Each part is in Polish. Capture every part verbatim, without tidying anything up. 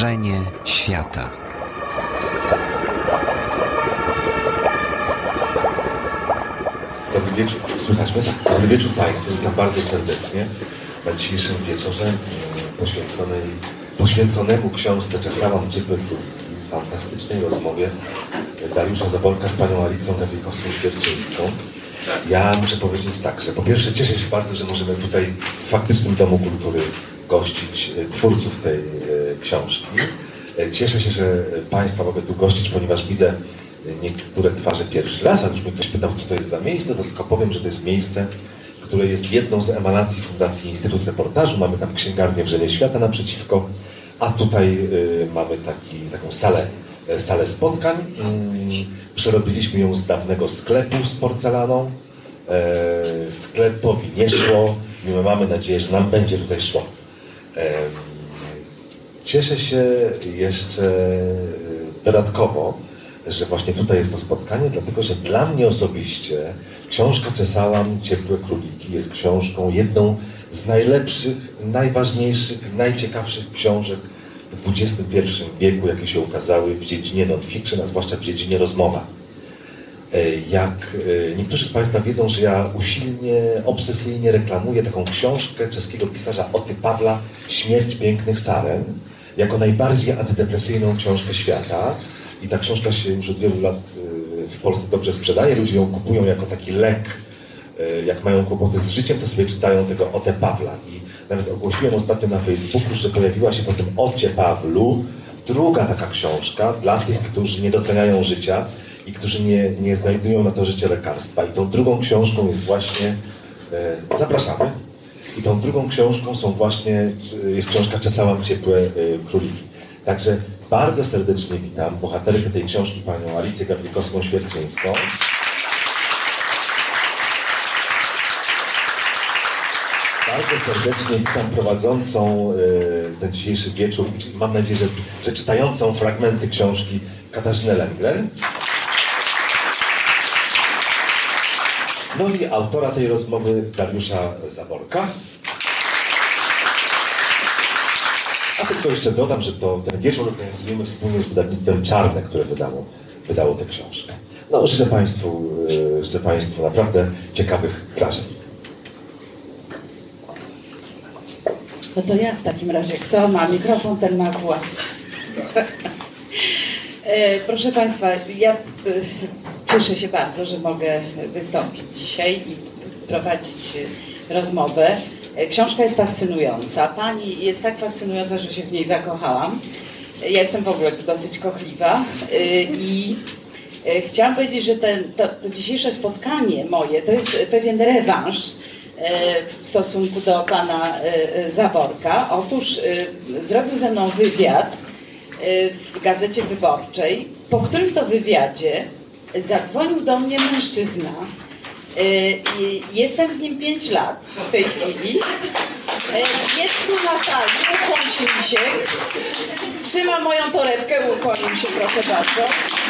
Stworzenie świata. Dobry wieczór, słychać mnie? Tak. Dobry wieczór Państwu, witam bardzo serdecznie na dzisiejszym wieczorze poświęconej, poświęconemu książce Czesałam Ciepłe Króliki, fantastycznej rozmowie Dariusza Zaborka z panią Alicją Gawlikowską-Świerczyńską. Ja muszę powiedzieć tak, że po pierwsze cieszę się bardzo, że możemy tutaj w faktycznym Domu Kultury gościć twórców tej książki. Cieszę się, że Państwa mogę tu gościć, ponieważ widzę niektóre twarze pierwszy raz, a już mnie ktoś pytał, co to jest za miejsce, to tylko powiem, że to jest miejsce, które jest jedną z emanacji Fundacji Instytut Reportażu. Mamy tam księgarnię Wrzenie Świata naprzeciwko, a tutaj y, mamy taki, taką salę, salę spotkań. Y, przerobiliśmy ją z dawnego sklepu z porcelaną. Y, sklepowi nie szło i my mamy nadzieję, że nam będzie tutaj szło. Y, cieszę się jeszcze dodatkowo, że właśnie tutaj jest to spotkanie, dlatego że dla mnie osobiście książka Czesałam Ciepłe Króliki jest książką, jedną z najlepszych, najważniejszych, najciekawszych książek w dwudziestym pierwszym wieku, jakie się ukazały w dziedzinie non-fiction, a zwłaszcza w dziedzinie rozmowa. Jak niektórzy z Państwa wiedzą, że ja usilnie, obsesyjnie reklamuję taką książkę czeskiego pisarza Oty Pawla Śmierć pięknych saren jako najbardziej antydepresyjną książkę świata. I ta książka się już od wielu lat w Polsce dobrze sprzedaje. Ludzie ją kupują jako taki lek. Jak mają kłopoty z życiem, to sobie czytają tego Otę Pawla. I nawet ogłosiłem ostatnio na Facebooku, że pojawiła się po tym Ocie Pawlu druga taka książka dla tych, którzy nie doceniają życia i którzy nie, nie znajdują na to życie lekarstwa. I tą drugą książką jest właśnie... E, zapraszamy. I tą drugą książką są właśnie, jest książka Czesałam Ciepłe e, Króliki. Także bardzo serdecznie witam bohaterkę tej książki, panią Alicję Gawlikowską-Świerczyńską. Bardzo serdecznie witam prowadzącą y, ten dzisiejszy wieczór, mam nadzieję, że, że czytającą fragmenty książki Katarzynę Lengler. No i autora tej rozmowy Dariusza Zaborka. A tylko jeszcze dodam, że to ten wieczór organizujemy wspólnie z wydawnictwem Czarne, które wydało, wydało tę książkę. No, życzę Państwu, życzę Państwu naprawdę ciekawych wrażeń. No to ja w takim razie, kto ma mikrofon, ten ma władzę. Proszę Państwa, ja cieszę się bardzo, że mogę wystąpić dzisiaj i prowadzić rozmowę. Książka jest fascynująca. Pani jest tak fascynująca, że się w niej zakochałam. Ja jestem w ogóle dosyć kochliwa i chciałam powiedzieć, że ten, to, to dzisiejsze spotkanie moje to jest pewien rewanż w stosunku do pana Zaborka. Otóż zrobił ze mną wywiad w Gazecie Wyborczej, po którym to wywiadzie zadzwonił do mnie mężczyzna. I jestem z nim pięć lat w tej chwili. Jest tu na sali, ukłoni się mi się. Trzyma moją torebkę, ukłonił się, proszę bardzo.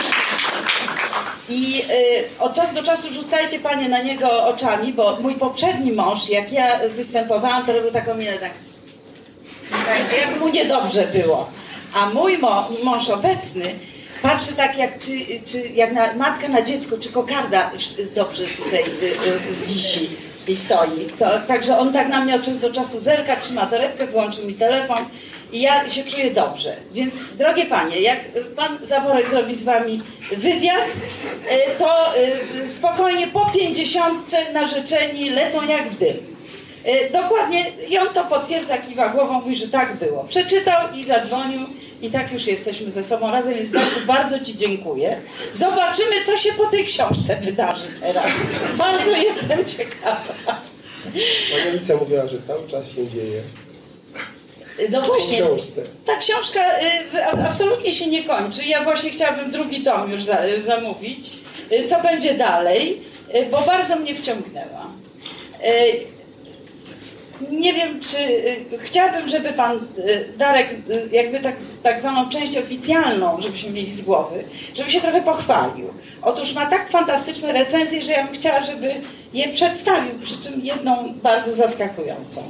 I y, od czasu do czasu rzucajcie panie na niego oczami, bo mój poprzedni mąż, jak ja występowałam, to robił taką minę, tak, tak jak mu niedobrze było. A mój mo, mąż obecny patrzy tak jak, czy, czy, jak na, matka na dziecku, czy kokarda dobrze tutaj y, y, wisi i stoi. To, także on tak na mnie od czasu do czasu zerka, trzyma torebkę, wyłączył mi telefon i ja się czuję dobrze. Więc drogie panie, jak pan Zaborek zrobi z wami wywiad, y, to y, spokojnie po pięćdziesiątce narzeczeni lecą jak w dym. Y, dokładnie i on to potwierdza, kiwa głową, mówi, że tak było. Przeczytał i zadzwonił. I tak już jesteśmy ze sobą razem, więc Darku, bardzo ci dziękuję. Zobaczymy, co się po tej książce wydarzy teraz. Bardzo jestem ciekawa. Pani Alicja mówiła, że cały czas się dzieje. No właśnie, książce. Ta książka y, absolutnie się nie kończy. Ja właśnie chciałabym drugi tom już za, zamówić. Y, co będzie dalej, y, bo bardzo mnie wciągnęła. Y, Nie wiem, czy y, chciałabym, żeby pan y, Darek y, jakby tak, tak zwaną część oficjalną, żebyśmy mieli z głowy, żeby się trochę pochwalił. Otóż ma tak fantastyczne recenzje, że ja bym chciała, żeby je przedstawił, przy czym jedną bardzo zaskakującą.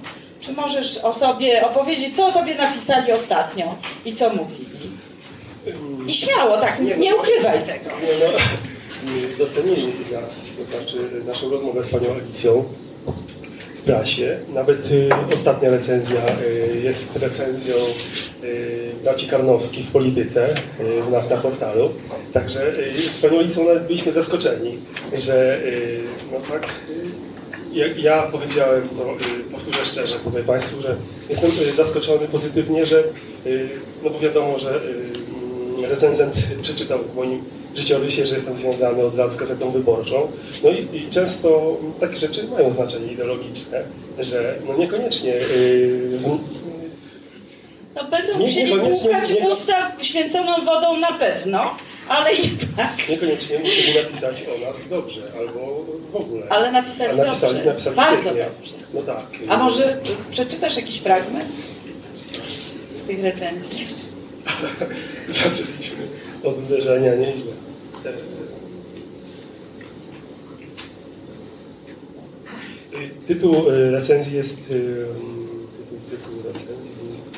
Czy możesz o sobie opowiedzieć, co o tobie napisali ostatnio i co mówili? I śmiało, tak, nie, nie ukrywaj tego. Nie, no, docenili nas, to znaczy naszą rozmowę z panią Alicją w prasie. Nawet y, ostatnia recenzja y, jest recenzją y, braci Karnowskich w Polityce, y, u nas na portalu. Także y, z panią Alicją nawet byliśmy zaskoczeni, że y, no tak... Y, Ja, ja powiedziałem, to y, powtórzę szczerze tutaj Państwu, że jestem y, zaskoczony pozytywnie, że y, no bo wiadomo, że y, recenzent przeczytał w moim życiorysie, że jestem związany od lat z Gazetą Wyborczą. No i, i często takie rzeczy mają znaczenie ideologiczne, że no niekoniecznie y, w, No będą Nie- musieli niekoniecznie- płukać nie- usta święconą wodą na pewno, ale jednak. niekoniecznie musieli napisać o nas dobrze, albo w ogóle. Ale napisali, A napisali, dobrze. napisali Bardzo świetnie. dobrze. No tak. A może przeczytasz jakiś fragment z tych recenzji? Zaczęliśmy od uderzenia nieźle. E, y, Tytuł y, recenzji jest... y, Tytuł, tytuł recenzji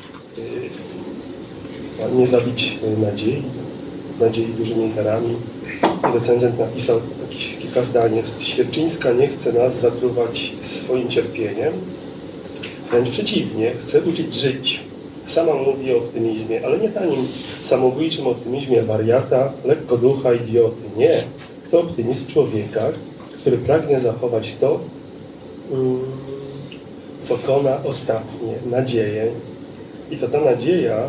y, y, nie zabić y, nadziei, nadziei dużymi literami. Recenzent napisał jakieś kilka zdań. Jest Świerczyńska nie chce nas zatruwać swoim cierpieniem. Wręcz przeciwnie, chce uczyć żyć. Sama mówi o optymizmie, ale nie tanim samobójczym optymizmie wariata, lekkoducha, idioty. Nie. To optymizm człowieka, który pragnie zachować to, mm, co kona ostatnie, nadzieję. I to ta nadzieja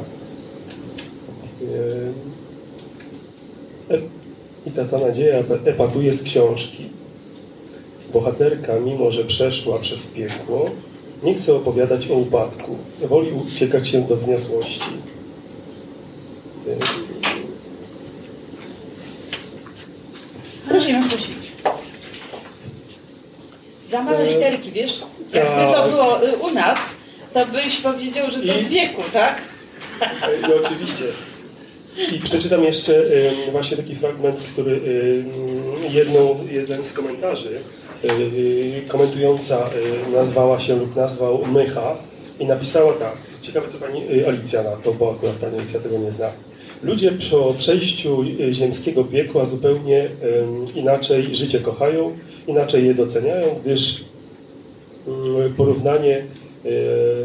yy, i ta, ta nadzieja epatuje z książki. Bohaterka, mimo że przeszła przez piekło, nie chce opowiadać o upadku. Woli uciekać się do wzniosłości. Prosimy, prosimy. Za małe literki, wiesz? Jakby to było y, u nas, to byś powiedział, że to I- z wieku, tak? No oczywiście. I przeczytam jeszcze y, właśnie taki fragment, który y, jedną, jeden z komentarzy y, komentująca y, nazwała się lub nazwał Mycha i napisała tak. Ciekawe, co pani y, Alicja na to, bo akurat pani Alicja tego nie zna. Ludzie po przejściu y, ziemskiego piekła zupełnie y, inaczej życie kochają, inaczej je doceniają, gdyż y, porównanie y,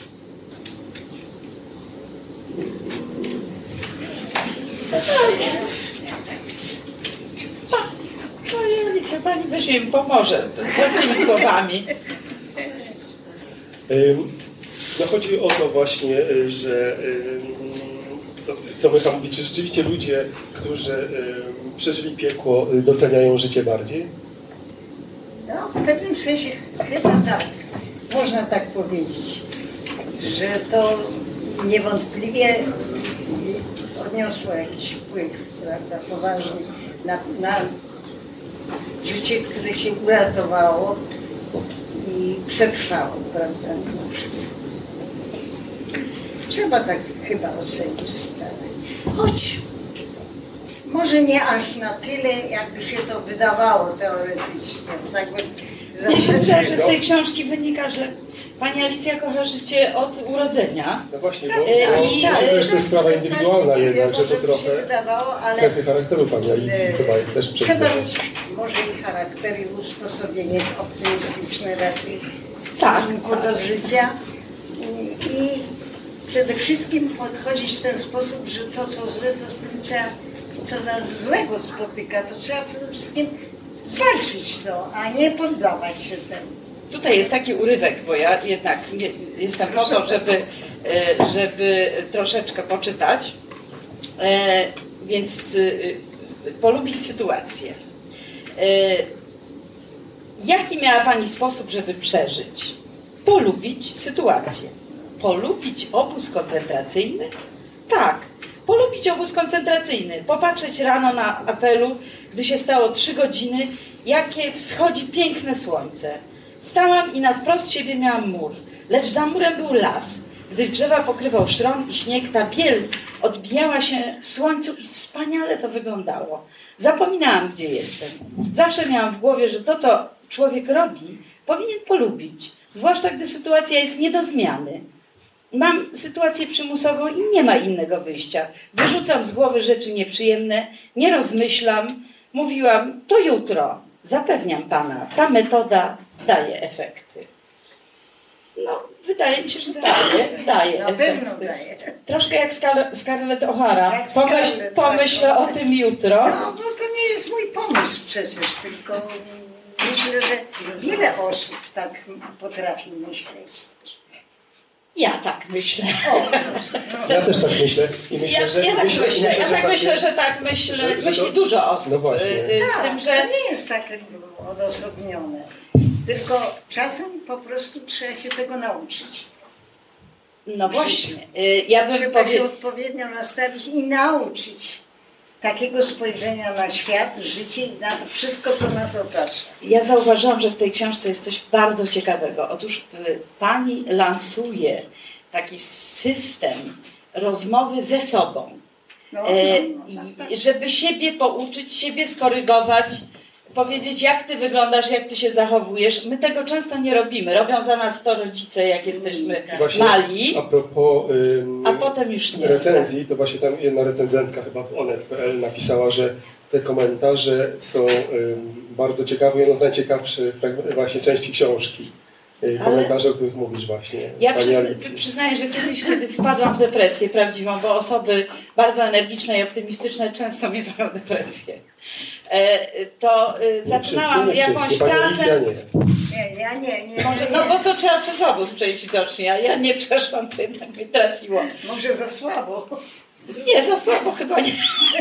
Pani Alicja, pani weźmie mi pomoże własnymi słowami. Ym, No chodzi o to właśnie, y, że ym, to, co Mycha mówi, czy rzeczywiście ludzie, którzy ym, przeżyli piekło, y, doceniają życie bardziej? No, w pewnym sensie chyba tak, można tak powiedzieć, że to niewątpliwie odniosło jakiś wpływ, prawda, poważny na, na życie, które się uratowało i przetrwało, prawda, mimo wszystko. Trzeba tak chyba ocenić sprawę. Choć może nie aż na tyle, jakby się to wydawało teoretycznie. Tak by Nie sądzę, zasadzie- że z tej książki wynika, że pani Alicja kocha życie od urodzenia. No właśnie, bo, Tak, E, bo i- myślę, że to jest tak, sprawa tak, indywidualna tak, jednak, wiem, że to może mi się trochę wydawało, ale cechy charakteru pani Alicji e, chyba też trzeba przebiera. mieć może i charakter, i usposobienie optymistyczne raczej w Tak. stosunku do życia. I przede wszystkim podchodzić w ten sposób, że to, co złe, to z tym trzeba, co nas złego spotyka, to trzeba przede wszystkim zwalczyć to, a nie poddawać się temu. Tutaj jest taki urywek, bo ja jednak nie, jestem po to, żeby, e, żeby troszeczkę poczytać, e, więc e, polubić sytuację. E, Jaki miała pani sposób, żeby przeżyć? Polubić sytuację. Polubić obóz koncentracyjny? Tak, polubić obóz koncentracyjny. Popatrzeć rano na apelu, gdy się stało trzy godziny, jakie wschodzi piękne słońce. Stałam i na wprost siebie miałam mur, lecz za murem był las. Gdy drzewa pokrywał szron i śnieg, ta biel odbijała się w słońcu i wspaniale to wyglądało. Zapominałam, gdzie jestem. Zawsze miałam w głowie, że to, co człowiek robi, powinien polubić. Zwłaszcza gdy sytuacja jest nie do zmiany. Mam sytuację przymusową i nie ma innego wyjścia. Wyrzucam z głowy rzeczy nieprzyjemne, nie rozmyślam. Mówiłam, to jutro. Zapewniam pana, ta metoda daje efekty. No, wydaje mi się, że daje, daje Na pewno efekty. daje. Troszkę jak Scar- Scarlett O'Hara. Jak Pomyśl, Scarlett, pomyślę tak. o tym jutro. No, bo to nie jest mój pomysł przecież, tylko myślę, że wiele osób tak potrafi myśleć. Ja tak myślę. O, proszę, no. Ja też tak myślę i myślę, Ja, że... ja tak myślę, myślę, ja że tak takie- myślę, że tak myślę, że- że myśli to- dużo osób. No właśnie. Y, y, Z Tak, tym, że to nie jest tak odosobnione. Tylko czasem po prostu trzeba się tego nauczyć. no właśnie, y, ja bym Trzeba się powiedziała, odpowiednio nastawić i nauczyć takiego spojrzenia na świat, życie i na to wszystko, co nas otacza. ja zauważyłam, że w tej książce jest coś bardzo ciekawego. Otóż y, pani lansuje taki system rozmowy ze sobą. No, E, no, no, tak, i żeby siebie pouczyć, siebie skorygować, powiedzieć, jak ty wyglądasz, jak ty się zachowujesz. My tego często nie robimy. Robią za nas to rodzice, jak jesteśmy Właśnie mali, a propos ym, a potem już nie. recenzji, to właśnie tam jedna recenzentka chyba w onet kropka pe el napisała, że te komentarze są ym, bardzo ciekawe, jedną z najciekawszych fragment- właśnie części książki. Y, Ale- Komentarze, o których mówisz właśnie. Ja pani przyzna, Alicji. przyznaję, że kiedyś, kiedy wpadłam w depresję prawdziwą, bo osoby bardzo energiczne i optymistyczne często miewają depresję, e, to e, Nie zaczynałam wszystkie, nie jakąś wszystkie. Pani pracę. Alicja nie. Nie, ja nie, nie. Może, nie. no bo to trzeba przez obóz przejść widocznie, a ja nie przeszłam, to jednak mi trafiło. Może za słabo. Nie, za słabo chyba nie.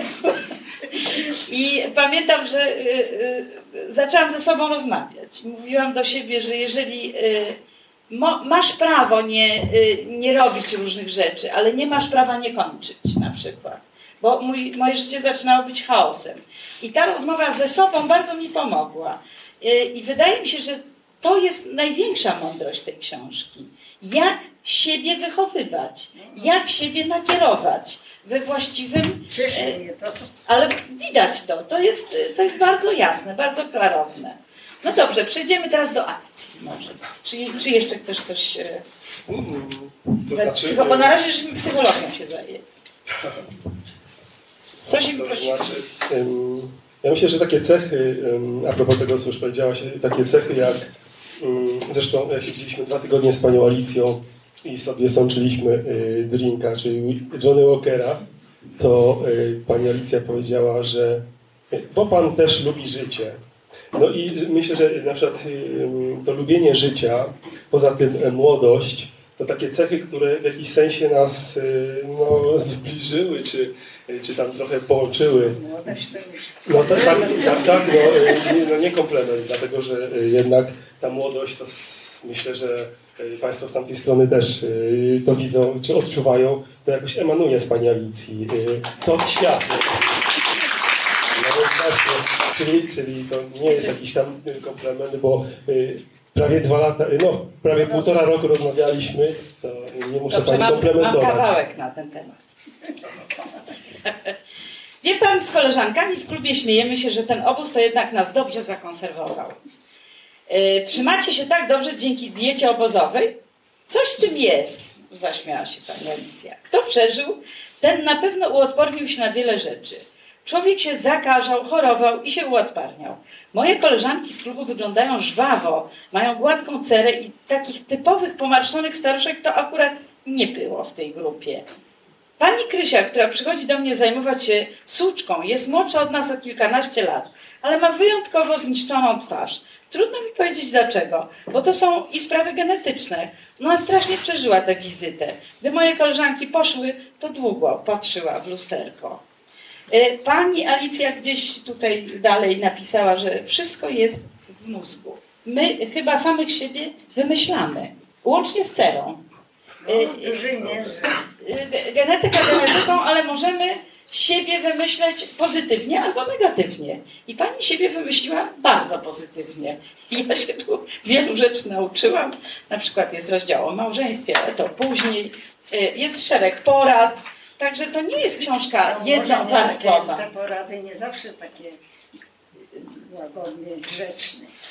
I pamiętam, że y, y, zaczęłam ze sobą rozmawiać. Mówiłam do siebie, że jeżeli y, mo, masz prawo nie, y, nie robić różnych rzeczy, ale nie masz prawa nie kończyć na przykład. Bo mój, moje życie zaczynało być chaosem. I ta rozmowa ze sobą bardzo mi pomogła. Y, I wydaje mi się, że to jest największa mądrość tej książki. Jak siebie wychowywać, jak siebie nakierować we właściwym... Cieszy e, mnie to. Ale widać to, to jest, to jest bardzo jasne, bardzo klarowne. No dobrze, przejdziemy teraz do akcji może. Czy, czy jeszcze chcesz coś... e, Mm, To za znaczy, psycho, bo na razie żeśmy psychologią się zajęli. Prosimy, To prosimy. znaczy, ym, ja myślę, że takie cechy, ym, a propos tego, co już powiedziałaś, takie cechy jak, ym, zresztą jak się widzieliśmy dwa tygodnie z panią Alicją i sobie sączyliśmy y, drinka, czyli Johnny Walkera, to y, pani Alicja powiedziała, że y, bo pan też lubi życie. No i myślę, że na przykład y, to lubienie życia, poza tym y, młodość, to takie cechy, które w jakiś sensie nas y, no, zbliżyły, czy, czy tam trochę połączyły. Młodość to już. No tak, tak, tak, tak no, y, nie, no nie komplement, dlatego że y, jednak ta młodość, to s- myślę, że y, Państwo z tamtej strony też y, to widzą, czy odczuwają, to jakoś emanuje z Pani Alicji. Y, to światło. No więc właśnie, czyli, czyli to nie jest jakiś tam y, komplement, bo y, prawie dwa lata, y, no prawie półtora roku rozmawialiśmy, to nie muszę Dobrze, Pani mam, mam komplementować. kawałek na ten temat. Wie pan, z koleżankami w klubie śmiejemy się, że ten obóz to jednak nas dobrze zakonserwował. Yy, trzymacie się tak dobrze dzięki diecie obozowej? Coś w tym jest, zaśmiała się pani Alicja. Kto przeżył, ten na pewno uodpornił się na wiele rzeczy. Człowiek się zakażał, chorował i się uodparniał. Moje koleżanki z klubu wyglądają żwawo, mają gładką cerę i takich typowych pomarszczonych staruszek to akurat nie było w tej grupie. Pani Krysia, która przychodzi do mnie zajmować się suczką, jest młodsza od nas o kilkanaście lat, ale ma wyjątkowo zniszczoną twarz. Trudno mi powiedzieć dlaczego, bo to są i sprawy genetyczne. Ona strasznie przeżyła tę wizytę. Gdy moje koleżanki poszły, to długo patrzyła w lusterko. Pani Alicja gdzieś tutaj dalej napisała, że wszystko jest w mózgu. My chyba samych siebie wymyślamy, łącznie z cerą. No, w dużej mierze. Genetyka genetyką, ale możemy siebie wymyśleć pozytywnie albo negatywnie. I pani siebie wymyśliła bardzo pozytywnie. I ja się tu wielu rzeczy nauczyłam. Na przykład jest rozdział o małżeństwie, ale to później. Jest szereg porad. Także to nie jest książka No, jednowarstwowa. Te porady nie zawsze takie łagodne, grzeczne.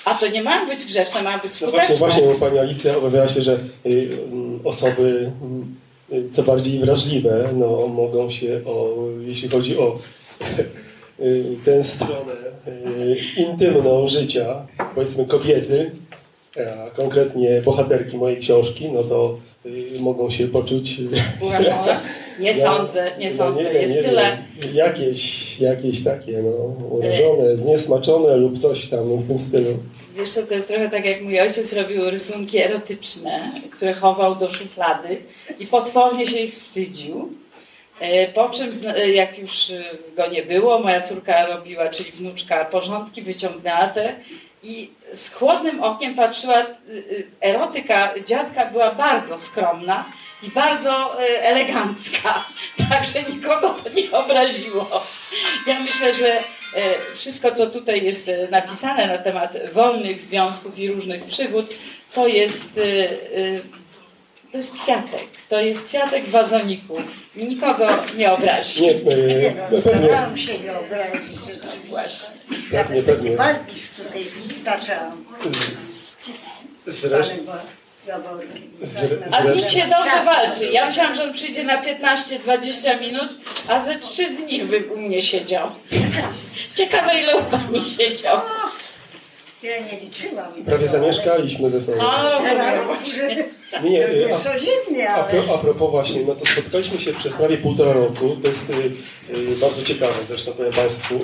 A to nie mają być grzeczne, mają być No skuteczne. właśnie, właśnie, bo pani Alicja obawiała się, że y, mm, osoby y, co bardziej wrażliwe, no, mogą się, o, jeśli chodzi o y, tę stronę y, intymną życia, powiedzmy kobiety, a konkretnie bohaterki mojej książki, no to y, mogą się poczuć... Urażone? Nie Ja- sądzę, nie no sądzę. wiem, Jest nie tyle... wiem. Jakieś, jakieś takie, no, urażone, zniesmaczone lub coś tam no, w tym stylu. Wiesz co, to jest trochę tak, jak mój ojciec robił rysunki erotyczne, które chował do szuflady i potwornie się ich wstydził. E, Po czym, zna- e, jak już e, go nie było, moja córka robiła, czyli wnuczka, porządki, wyciągnęła te i z chłodnym okiem patrzyła. e, e, Erotyka dziadka była bardzo skromna i bardzo e, elegancka, także nikogo to nie obraziło. Ja myślę, że e, wszystko, co tutaj jest e, napisane na temat wolnych związków i różnych przygód, to jest, e, e, to jest kwiatek. To jest kwiatek w wazoniku. Nikogo nie obrazi. Nie, y, Nie no, no, pewnie, starałam się nie obrazić rzeczy właśnie. Pewnie, Nawet pewnie. taki walpis tutaj staczałam. zresztą, A z nim się dobrze walczy. Ja myślałam, że on przyjdzie na piętnaście dwadzieścia minut, a ze trzy dni wy- u mnie siedział. Ciekawe, ile u pani siedział. Ja nie liczyłam. prawie zamieszkaliśmy ze sobą. A, rozumiem. Ale Nie, nie, y, nie a- codziennie, A, ale... pro, a propos właśnie, no to spotkaliśmy się przez prawie półtora roku. To jest y, y, bardzo ciekawe, zresztą powiem Państwu, y,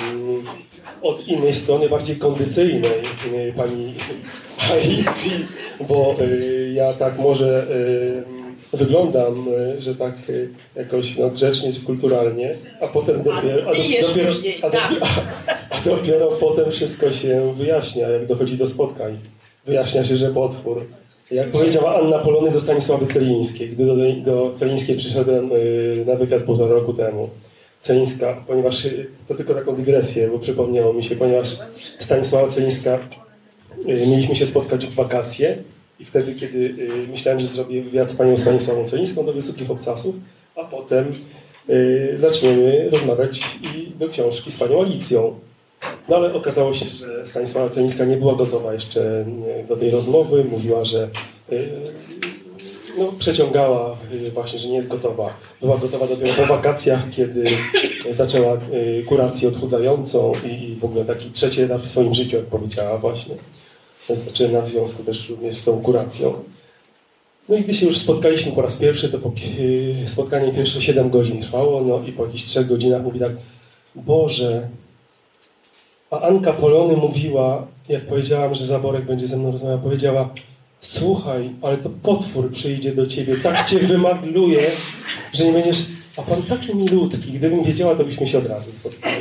od innej strony, bardziej kondycyjnej y, pani Alicji, bo y, ja tak może y, wyglądam, y, że tak y, jakoś no, grzecznie czy kulturalnie, a potem dopiero, a, do, pijesz dopiero, później, a, tak. dopiero, a dopiero potem wszystko się wyjaśnia, jak dochodzi do spotkań. Wyjaśnia się, że potwór. Jak powiedziała Anna Polony do Stanisławy Celińskiej, gdy do, do Celińskiej przyszedłem y, na wywiad półtora roku temu. Celińska, ponieważ y, to tylko taką dygresję, bo przypomniało mi się, ponieważ Stanisława Celińska y, mieliśmy się spotkać w wakacje i wtedy, kiedy y, myślałem, że zrobię wywiad z panią Stanisławą Celińską do Wysokich Obcasów, a potem y, zaczniemy rozmawiać i do książki z panią Alicją. No ale okazało się, że Stanisława Celińska nie była gotowa jeszcze do tej rozmowy. Mówiła, że y, no, przeciągała y, właśnie, że nie jest gotowa. Była gotowa dopiero po wakacjach, kiedy zaczęła y, kurację odchudzającą i, i w ogóle taki trzeci etap w swoim życiu, jak powiedziała właśnie. Zaczyna w związku też również z tą kuracją. No i gdy się już spotkaliśmy po raz pierwszy, to po, y, spotkanie pierwsze siedem godzin trwało, no i po jakichś trzech godzinach mówi tak: Boże, a Anka Polony mówiła, jak powiedziałam, że Zaborek będzie ze mną rozmawiał, powiedziała: słuchaj, ale to potwór przyjdzie do ciebie, tak cię wymagluje, że nie będziesz... A pan taki milutki, gdybym wiedziała, to byśmy się od razu spotkali.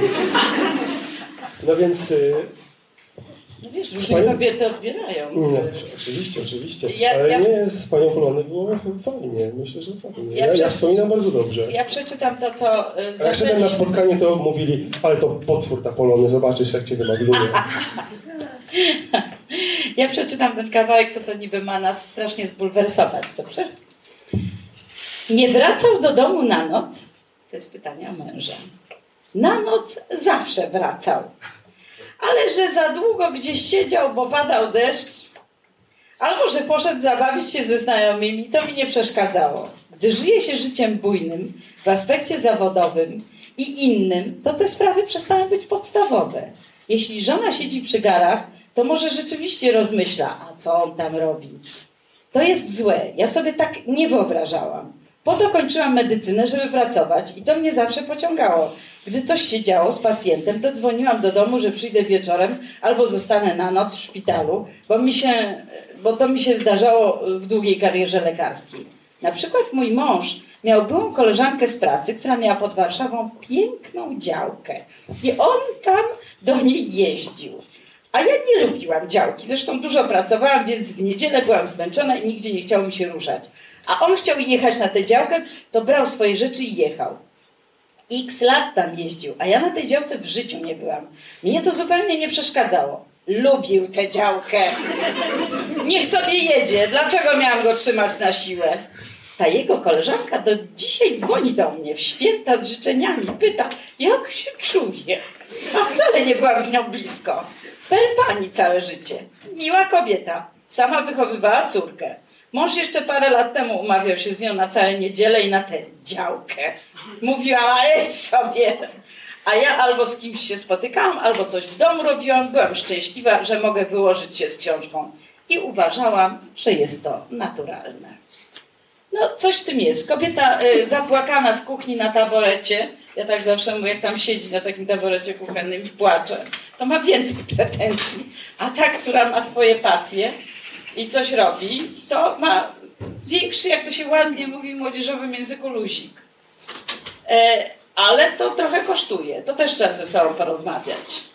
No więc... y, No wiesz, Z różne panią- kobiety odbierają. No, oczywiście, oczywiście. Ja- ale ja- nie, z panią Polony było fajnie. Myślę, że fajnie. Ja Ja, ja przez- wspominam bardzo dobrze. Ja przeczytam to, co y, A jak szedłem na zaczęliśmy. spotkanie, to mówili: ale to potwór ta Polony, zobaczysz, jak cię wymagluje. Ja przeczytam ten kawałek, co to niby ma nas strasznie zbulwersować, dobrze? Nie wracał do domu na noc? To jest pytanie o męża. Na noc zawsze wracał. Ale że za długo gdzieś siedział, bo padał deszcz, albo że poszedł zabawić się ze znajomymi, to mi nie przeszkadzało. Gdy żyje się życiem bujnym, w aspekcie zawodowym i innym, to te sprawy przestają być podstawowe. Jeśli żona siedzi przy garach, to może rzeczywiście rozmyśla, a co on tam robi. To jest złe. Ja sobie tak nie wyobrażałam. Po to kończyłam medycynę, żeby pracować i to mnie zawsze pociągało. Gdy coś się działo z pacjentem, to dzwoniłam do domu, że przyjdę wieczorem albo zostanę na noc w szpitalu, bo, mi się, bo to mi się zdarzało w długiej karierze lekarskiej. Na przykład mój mąż miał byłą koleżankę z pracy, która miała pod Warszawą piękną działkę i on tam do niej jeździł. A ja nie lubiłam działki, zresztą dużo pracowałam, więc w niedzielę byłam zmęczona i nigdzie nie chciało mi się ruszać. A on chciał jechać na tę działkę, to brał swoje rzeczy i jechał. X lat tam jeździł, a ja na tej działce w życiu nie byłam. Mnie to zupełnie nie przeszkadzało. Lubił tę działkę. Niech sobie jedzie. Dlaczego miałam go trzymać na siłę? Ta jego koleżanka do dzisiaj dzwoni do mnie w święta z życzeniami. Pyta, jak się czuje. A wcale nie byłam z nią blisko. Per pani całe życie. Miła kobieta. Sama wychowywała córkę. Mąż jeszcze parę lat temu umawiał się z nią na całe niedzielę i na tę działkę. Mówiła, ale sobie. A ja albo z kimś się spotykałam, albo coś w domu robiłam. Byłam szczęśliwa, że mogę wyłożyć się z książką. I uważałam, że jest to naturalne. No, coś w tym jest. Kobieta y, zapłakana w kuchni na taborecie. Ja tak zawsze mówię, jak tam siedzi na takim taborecie kuchennym i płacze. To ma więcej pretensji. A ta, która ma swoje pasje i coś robi, to ma większy, jak to się ładnie mówi w młodzieżowym języku, luzik. E, ale to trochę kosztuje. To też trzeba ze sobą porozmawiać.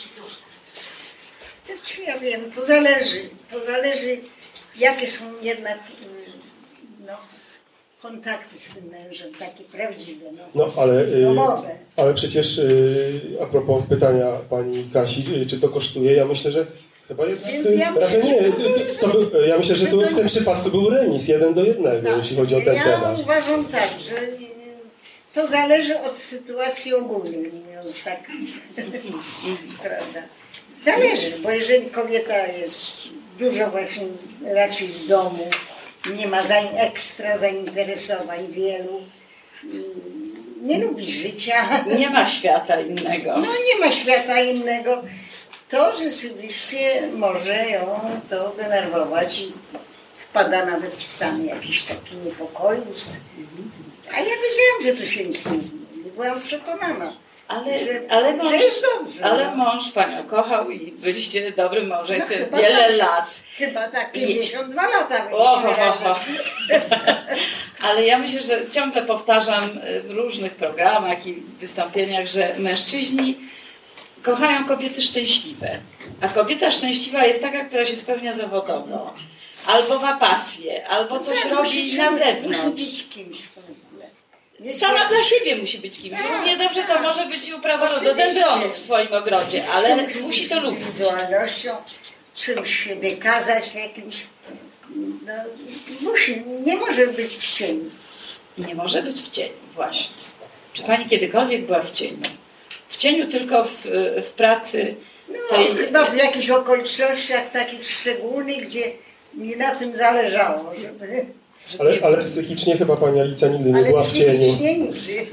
To czy ja wiem, to zależy. To zależy, jakie są jednak no, kontakty z tym mężem, takie prawdziwe. No, No ale, y, domowe. ale przecież y, a propos pytania pani Kasi, y, czy to kosztuje, ja myślę, że chyba jednak Więc ja y, raczej myślę, nie. że to y, To był, ja myślę, że tu w tym przypadku był remis, jeden do jednego, Tak. jeśli chodzi o ten ja temat. uważam tak, że to zależy od sytuacji ogólnej, mówiąc tak. Prawda? Zależy, bo jeżeli kobieta jest dużo właśnie raczej w domu, nie ma za, ekstra zainteresowań wielu, nie lubi życia, Nie ma świata innego. no nie ma świata innego, to rzeczywiście może ją to denerwować i wpada nawet w stan jakiś taki niepokoju. A ja wiedziałam, że tu się nic nie zmieni, byłam przekonana. Ale, Że- ale, że mąż, jest dobrze, ale no. mąż panią kochał i byliście dobrym małżeństwem No chyba wiele tak. lat. Chyba tak, pięćdziesiąt dwa lata O, ho, byliśmy ho, ho. razem. Ale ja myślę, że ciągle powtarzam w różnych programach i wystąpieniach, że mężczyźni kochają kobiety szczęśliwe. A kobieta szczęśliwa jest taka, która się spełnia zawodowo. Albo ma pasję, albo coś Tak, robi musi- na Musi zewnątrz. być kimś w ogóle. Wiesz, Sama jak- dla siebie musi być kimś. Tak, Równie dobrze to tak. może być i uprawa Oczywiście. rododendronów w swoim ogrodzie, ale Czymś musi to lubić. indywidualnością, czymś się wykazać, jakimś... No, musi, nie może być w cieniu. Nie może być w cieniu, właśnie. Czy pani kiedykolwiek była w cieniu? W cieniu tylko w, w pracy No, tej... chyba w jakichś okolicznościach takich szczególnych, gdzie mi na tym zależało, żeby... Ale, ale psychicznie chyba pani Alicja nigdy nie Ale była w cieniu. psychicznie nigdy.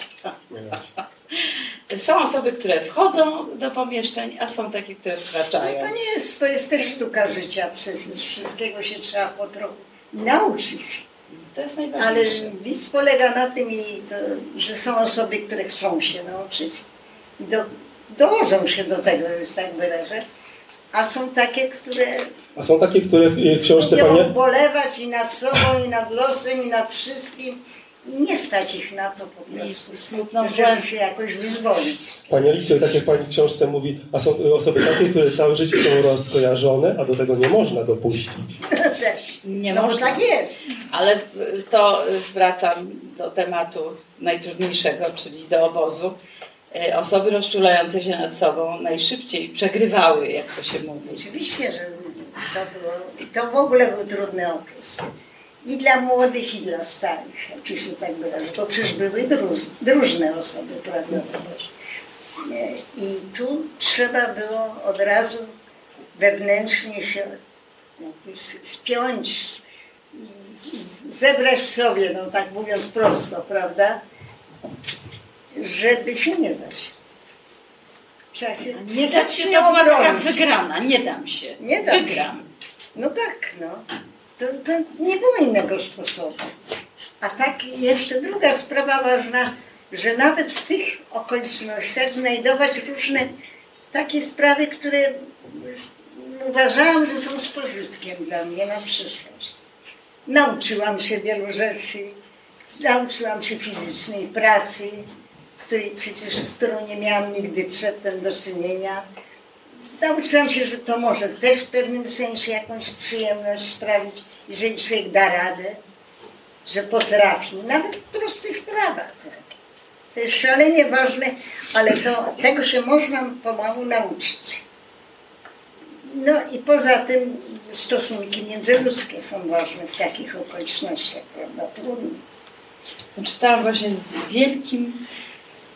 Są osoby, które wchodzą do pomieszczeń, a są takie, które wkraczają. To nie jest, to jest też sztuka życia przecież. Wszystkiego się trzeba po trochu nauczyć. To jest Ale najważniejsze. widz polega na tym, i to, że są osoby, które chcą się nauczyć i do, dążą się do tego, że tak wyrażę, a są takie, które A są takie, które w w książce lubią pani... ubolewać i nad sobą, i nad losem, i nad wszystkim i nie stać ich na to po prostu, I smutną żeby błęd- się jakoś wyzwolić. Pani Alicjo, tak jak pani w książce mówi, a są osoby takie, które całe życie są rozkojarzone, a do tego nie można dopuścić. Nie no można. bo tak jest. Ale y, to y, wracam do tematu najtrudniejszego, czyli do obozu. Y, Osoby rozczulające się nad sobą najszybciej przegrywały, jak to się mówi. Oczywiście, że to było, to w ogóle był trudny okres. I dla młodych, i dla starych, jak się tak wyrażę, bo przecież były dróż, różne osoby, prawda? Nie, I tu trzeba było od razu wewnętrznie się no, spiąć, z- zebrać w sobie, no tak mówiąc prosto, prawda? Żeby się nie dać. Trzeba się Nie dać się, to psychicznie była taka obronić. wygrana. Nie dam się. Nie dam Wygram. No tak, no. To, to nie było innego sposobu. A tak jeszcze druga sprawa ważna, że nawet w tych okolicznościach znajdować różne takie sprawy, które uważałam, że są z pożytkiem dla mnie na przyszłość. Nauczyłam się wielu rzeczy, nauczyłam się fizycznej pracy, której przecież z którą nie miałam nigdy przedtem do czynienia. Nauczyłam się, że to może też w pewnym sensie jakąś przyjemność sprawić, jeżeli człowiek da radę, że potrafi, nawet w prostych sprawach. To jest szalenie ważne, ale to, tego się można pomału nauczyć. No i poza tym stosunki międzyludzkie są ważne w takich okolicznościach, prawda, trudnych. Czytałam właśnie z wielkim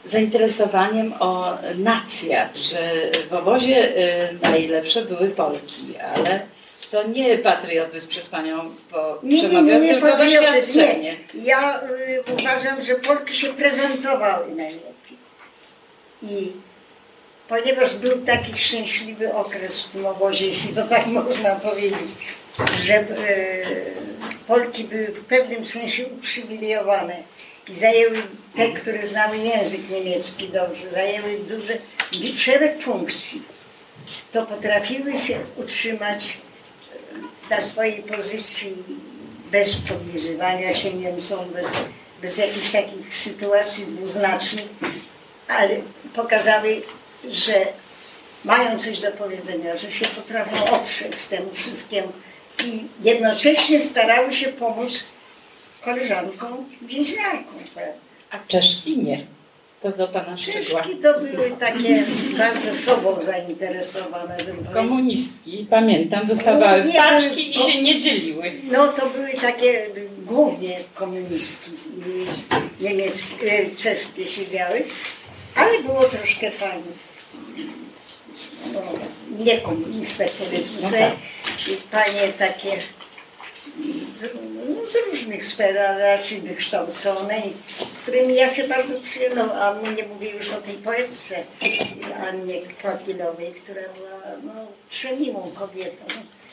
zainteresowaniem o nacjach, że w obozie y, najlepsze były Polki, ale to nie patriotyzm przez Panią po Nie, nie, nie, przemawiał, nie, tylko patriotyzm, doświadczenie. nie. Ja y, uważam, że Polki się prezentowały najlepiej. I ponieważ był taki szczęśliwy okres w tym obozie, jeśli to tak można powiedzieć, że y, Polki były w pewnym sensie uprzywilejowane i zajęły, te, które znały język niemiecki dobrze, zajęły duże, szereg funkcji, to potrafiły się utrzymać na swojej pozycji bez podlizywania się Niemcom, bez, bez jakichś takich sytuacji dwuznacznych, ale pokazały, że mają coś do powiedzenia, że się potrafią oprzeć temu wszystkiemu i jednocześnie starały się pomóc koleżankom więźniarkom. A Czeszki nie. To do Pana Szczegła. Czeszki to były takie bardzo sobą zainteresowane, bym powiedziała. Komunistki, pamiętam, dostawały Nie, paczki i bo- się nie dzieliły. No to były takie głównie komunistki niemieckie, e, czeskie siedziały, ale było troszkę pani, no, nie komunistek powiedzmy No sobie, tak. i panie takie z, no, z różnych sfer, ale raczej wykształcone, i z którymi ja się bardzo przyjemną, a nie mówię już o tej poetce Annie Kwapilowej, która była no, przemiłą kobietą.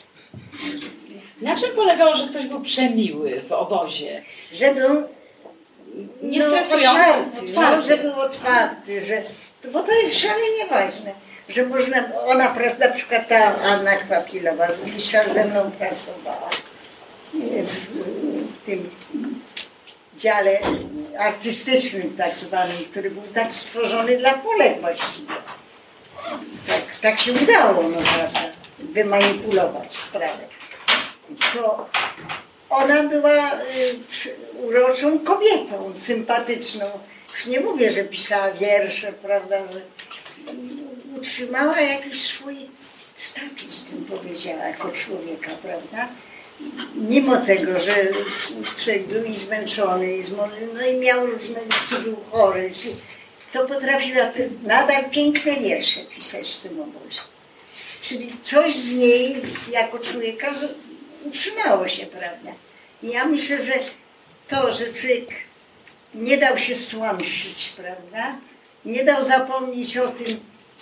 Na czym polegało, że ktoś był przemiły w obozie? Żeby on Nie no, stresujący, otwarty, otwarty. No, że był otwarty, że, bo to jest szalenie ważne, że można, ona na przykład ta Anna Kwapilowa długi czas ze mną pracowała w tym dziale artystycznym tak zwanym, który był tak stworzony dla Polek właściwie. Tak, tak się udało, no prawda, wymanipulować sprawę. To ona była y, przy- uroczą kobietą, sympatyczną. Już nie mówię, że pisała wiersze, prawda, że i utrzymała jakiś swój status, bym powiedziała, jako człowieka, prawda. Mimo tego, że człowiek był i zmęczony, i zmo- no i miał różne, czy był chory, czy, to potrafiła ty- nadal piękne wiersze pisać w tym obozie. Czyli coś z niej, z, jako człowieka, z, utrzymało się, prawda? I ja myślę, że to, że człowiek nie dał się stłamsić, prawda? Nie dał zapomnieć o tym,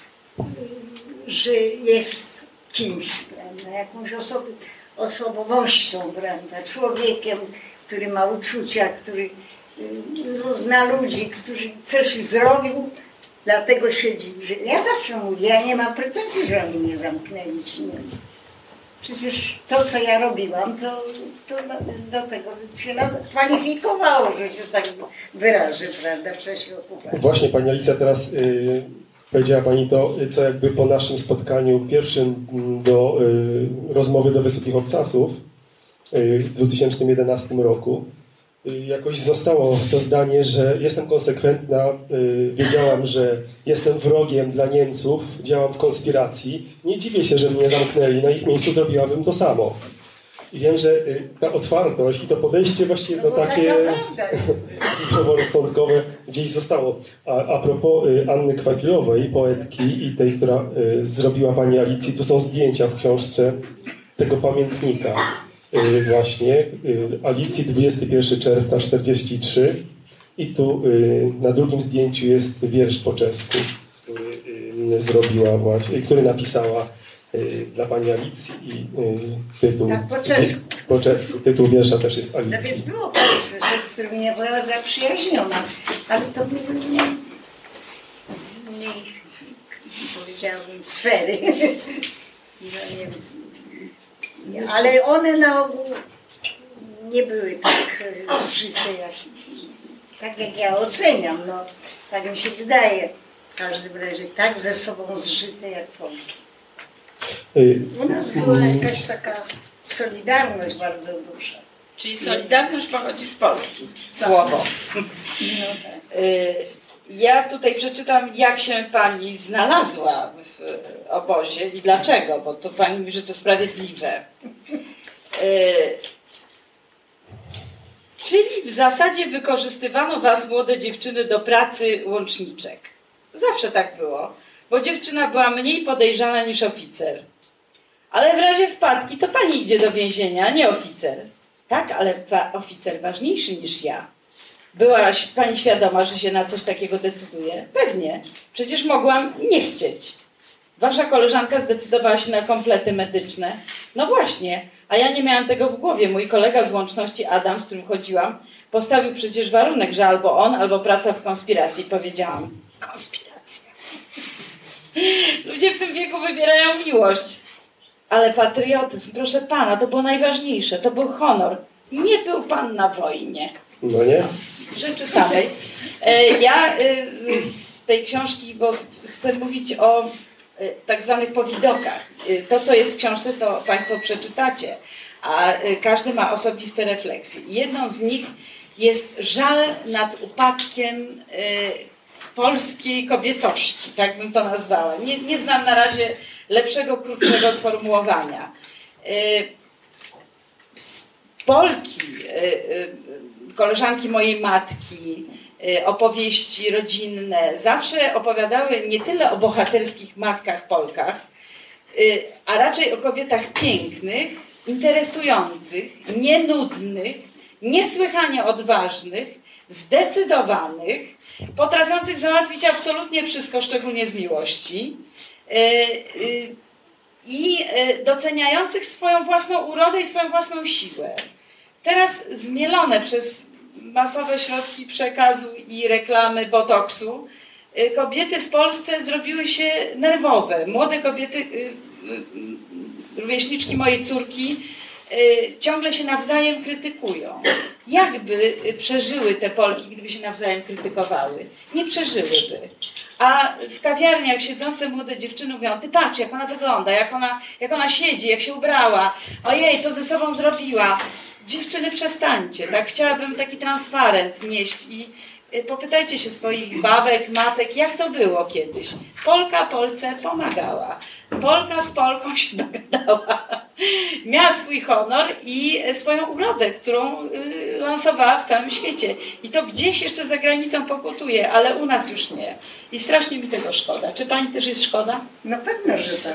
że jest kimś, prawda? Jakąś osob osobowością, prawda? Człowiekiem, który ma uczucia, który no, zna ludzi, którzy coś zrobił, dlatego siedzi. Że ja zawsze mówię, ja nie mam pretensji, że oni mnie zamknęli ci Niemcy. Przecież to, co ja robiłam, to, to do tego się kwalifikowało, że się tak wyrażę, prawda, w czasie okupacji. Właśnie, Pani Alicja, teraz y, powiedziała Pani to, co jakby po naszym spotkaniu pierwszym mm, do y, rozmowy do Wysokich Obcasów y, w dwa tysiące jedenastym roku. Y, jakoś zostało to zdanie, że jestem konsekwentna, y, wiedziałam, że jestem wrogiem dla Niemców, działam w konspiracji. Nie dziwię się, że mnie zamknęli, na ich miejscu zrobiłabym to samo. I wiem, że y, ta otwartość i to podejście właściwie No no, bo takie taka prawda jest. zdroworozsądkowe gdzieś zostało. A, a propos y, Anny Kwapilowej, poetki i tej, która y, zrobiła Pani Alicji, tu są zdjęcia w książce tego pamiętnika y, właśnie y, Alicji dwudziestego pierwszego czerwca czterdziesty trzeci i tu y, na drugim zdjęciu jest wiersz po czesku, który y, zrobiła właśnie, który napisała y, dla Pani Alicji i y, tytuł Tak, po czesku. po czesku. Tytuł wiersza też jest Alicji. No więc było kogoś, z którym ja była zaprzyjaźniona, ale to były z innej, powiedziałabym, sfery. No nie wiem. Ale one na ogół nie były tak e, zżyte, jak, tak jak ja oceniam. No, tak mi się wydaje. W każdym razie tak ze sobą zżyte jak Polki. Y, U nas była jakaś taka solidarność bardzo duża. Czyli Solidarność pochodzi z Polski. Słowo. No tak. Y, Ja tutaj przeczytam, jak się Pani znalazła w obozie i dlaczego, bo to Pani mówi, że to sprawiedliwe. Y, Czyli w zasadzie wykorzystywano was, młode dziewczyny, do pracy łączniczek. Zawsze tak było, bo dziewczyna była mniej podejrzana niż oficer. Ale w razie wpadki to pani idzie do więzienia, a nie oficer. Tak, ale oficer ważniejszy niż ja. Byłaś pani świadoma, że się na coś takiego decyduje? Pewnie. Przecież mogłam nie chcieć. Wasza koleżanka zdecydowała się na komplety medyczne. No właśnie, a ja nie miałam tego w głowie. Mój kolega z łączności Adam, z którym chodziłam, postawił przecież warunek, że albo on, albo praca w konspiracji. Powiedziałam, konspiracja. Ludzie w tym wieku wybierają miłość. Ale patriotyzm, proszę pana, to było najważniejsze. To był honor. Nie był pan na wojnie. No nie? Rzeczy samej. Ja z tej książki, bo chcę mówić o tak zwanych powidokach. To, co jest w książce, to państwo przeczytacie, a każdy ma osobiste refleksje. Jedną z nich jest żal nad upadkiem polskiej kobiecości, tak bym to nazwała. Nie, nie znam na razie lepszego, krótszego sformułowania. Polki, koleżanki mojej matki, opowieści rodzinne zawsze opowiadały nie tyle o bohaterskich matkach Polkach, a raczej o kobietach pięknych, interesujących, nienudnych, niesłychanie odważnych, zdecydowanych, potrafiących załatwić absolutnie wszystko, szczególnie z miłości, i doceniających swoją własną urodę i swoją własną siłę. Teraz zmielone przez masowe środki przekazu i reklamy botoksu, kobiety w Polsce zrobiły się nerwowe. Młode kobiety, rówieśniczki mojej córki, ciągle się nawzajem krytykują. Jakby przeżyły te Polki, gdyby się nawzajem krytykowały? Nie przeżyłyby. A w kawiarniach siedzące młode dziewczyny mówią, ty patrz, jak ona wygląda, jak ona, jak ona siedzi, jak się ubrała, ojej, co ze sobą zrobiła. Dziewczyny, przestańcie, tak? Chciałabym taki transparent nieść i popytajcie się swoich babek, matek, jak to było kiedyś. Polka Polce pomagała. Polka z Polką się dogadała. Miała swój honor i swoją urodę, którą y, lansowała w całym świecie. I to gdzieś jeszcze za granicą pokutuje, ale u nas już nie. I strasznie mi tego szkoda. Czy pani też jest szkoda? No pewno, że tak.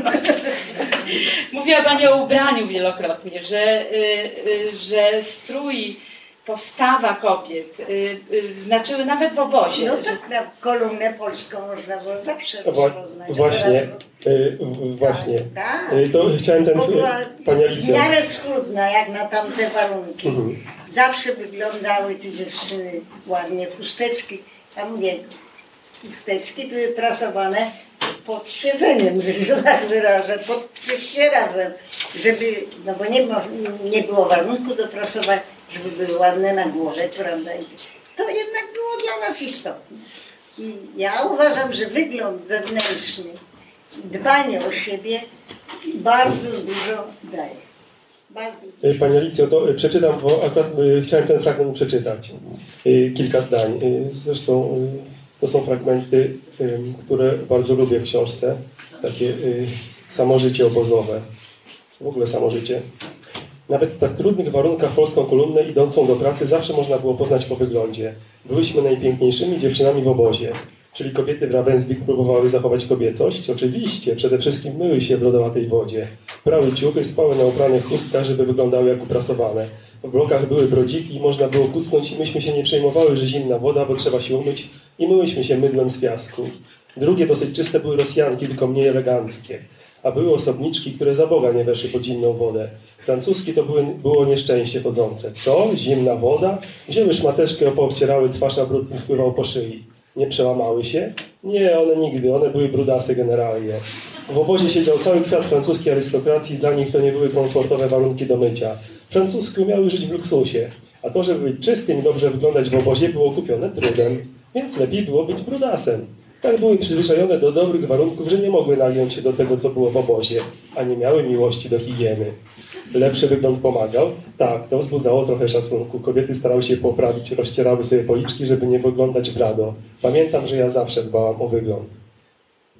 Mówiła pani o ubraniu wielokrotnie, że, y, y, że strój, postawa kobiet y, y, znaczyły nawet w obozie. No tak, na kolumnę polską można było zawsze Wła- rozpoznać. Właśnie, Teraz- y, w- właśnie. Tak. Y, to chciałem ten, Bo była pani w Alicjo. miarę schludna, jak na tamte warunki. Mhm. Zawsze wyglądały te dziewczyny ładnie, chusteczki. A mówię, chusteczki były prasowane pod siedzeniem, że się tak wyrażę, pod prześcieradłem, żeby, no bo nie, mo- nie było warunku do prasowania, żeby były ładne na głowie, prawda? I to jednak było dla nas istotne. I ja uważam, że wygląd zewnętrzny, dbanie o siebie bardzo dużo daje. Bardzo dużo. Y, Pani Alicjo, to y, przeczytam, bo akurat y, chciałem ten fragment przeczytać. Y, kilka zdań. Y, zresztą y, to są fragmenty, y, które bardzo lubię w książce. Takie y, samożycie obozowe. W ogóle samożycie. Nawet w tak trudnych warunkach polską kolumnę idącą do pracy zawsze można było poznać po wyglądzie. Byłyśmy najpiękniejszymi dziewczynami w obozie. Czyli kobiety w Ravensbrück próbowały zachować kobiecość? Oczywiście, przede wszystkim myły się w lodowatej wodzie. Prały ciuchy, spały na upranych chustkach, żeby wyglądały jak uprasowane. W blokach były brodziki i można było kucnąć i myśmy się nie przejmowały, że zimna woda, bo trzeba się umyć i myłyśmy się mydłem z piasku. Drugie dosyć czyste były Rosjanki, tylko mniej eleganckie. A były osobniczki, które za Boga nie weszły pod zimną wodę. Francuskie to były, było nieszczęście chodzące. Co? Zimna woda? Wzięły szmateczkę, poobcierały twarz, a brud wpływał po szyi. Nie przełamały się? Nie, one nigdy, one były brudasy generalnie. W obozie siedział cały kwiat francuskiej arystokracji i dla nich to nie były komfortowe warunki do mycia. Francuzki umiały żyć w luksusie, a to, żeby być czystym i dobrze wyglądać w obozie, było kupione trudem, więc lepiej było być brudasem. Tak były przyzwyczajone do dobrych warunków, że nie mogły nagiąć się do tego, co było w obozie, a nie miały miłości do higieny. Lepszy wygląd pomagał? Tak, to wzbudzało trochę szacunku. Kobiety starały się poprawić, rozcierały sobie policzki, żeby nie wyglądać blado. Pamiętam, że ja zawsze dbałam o wygląd.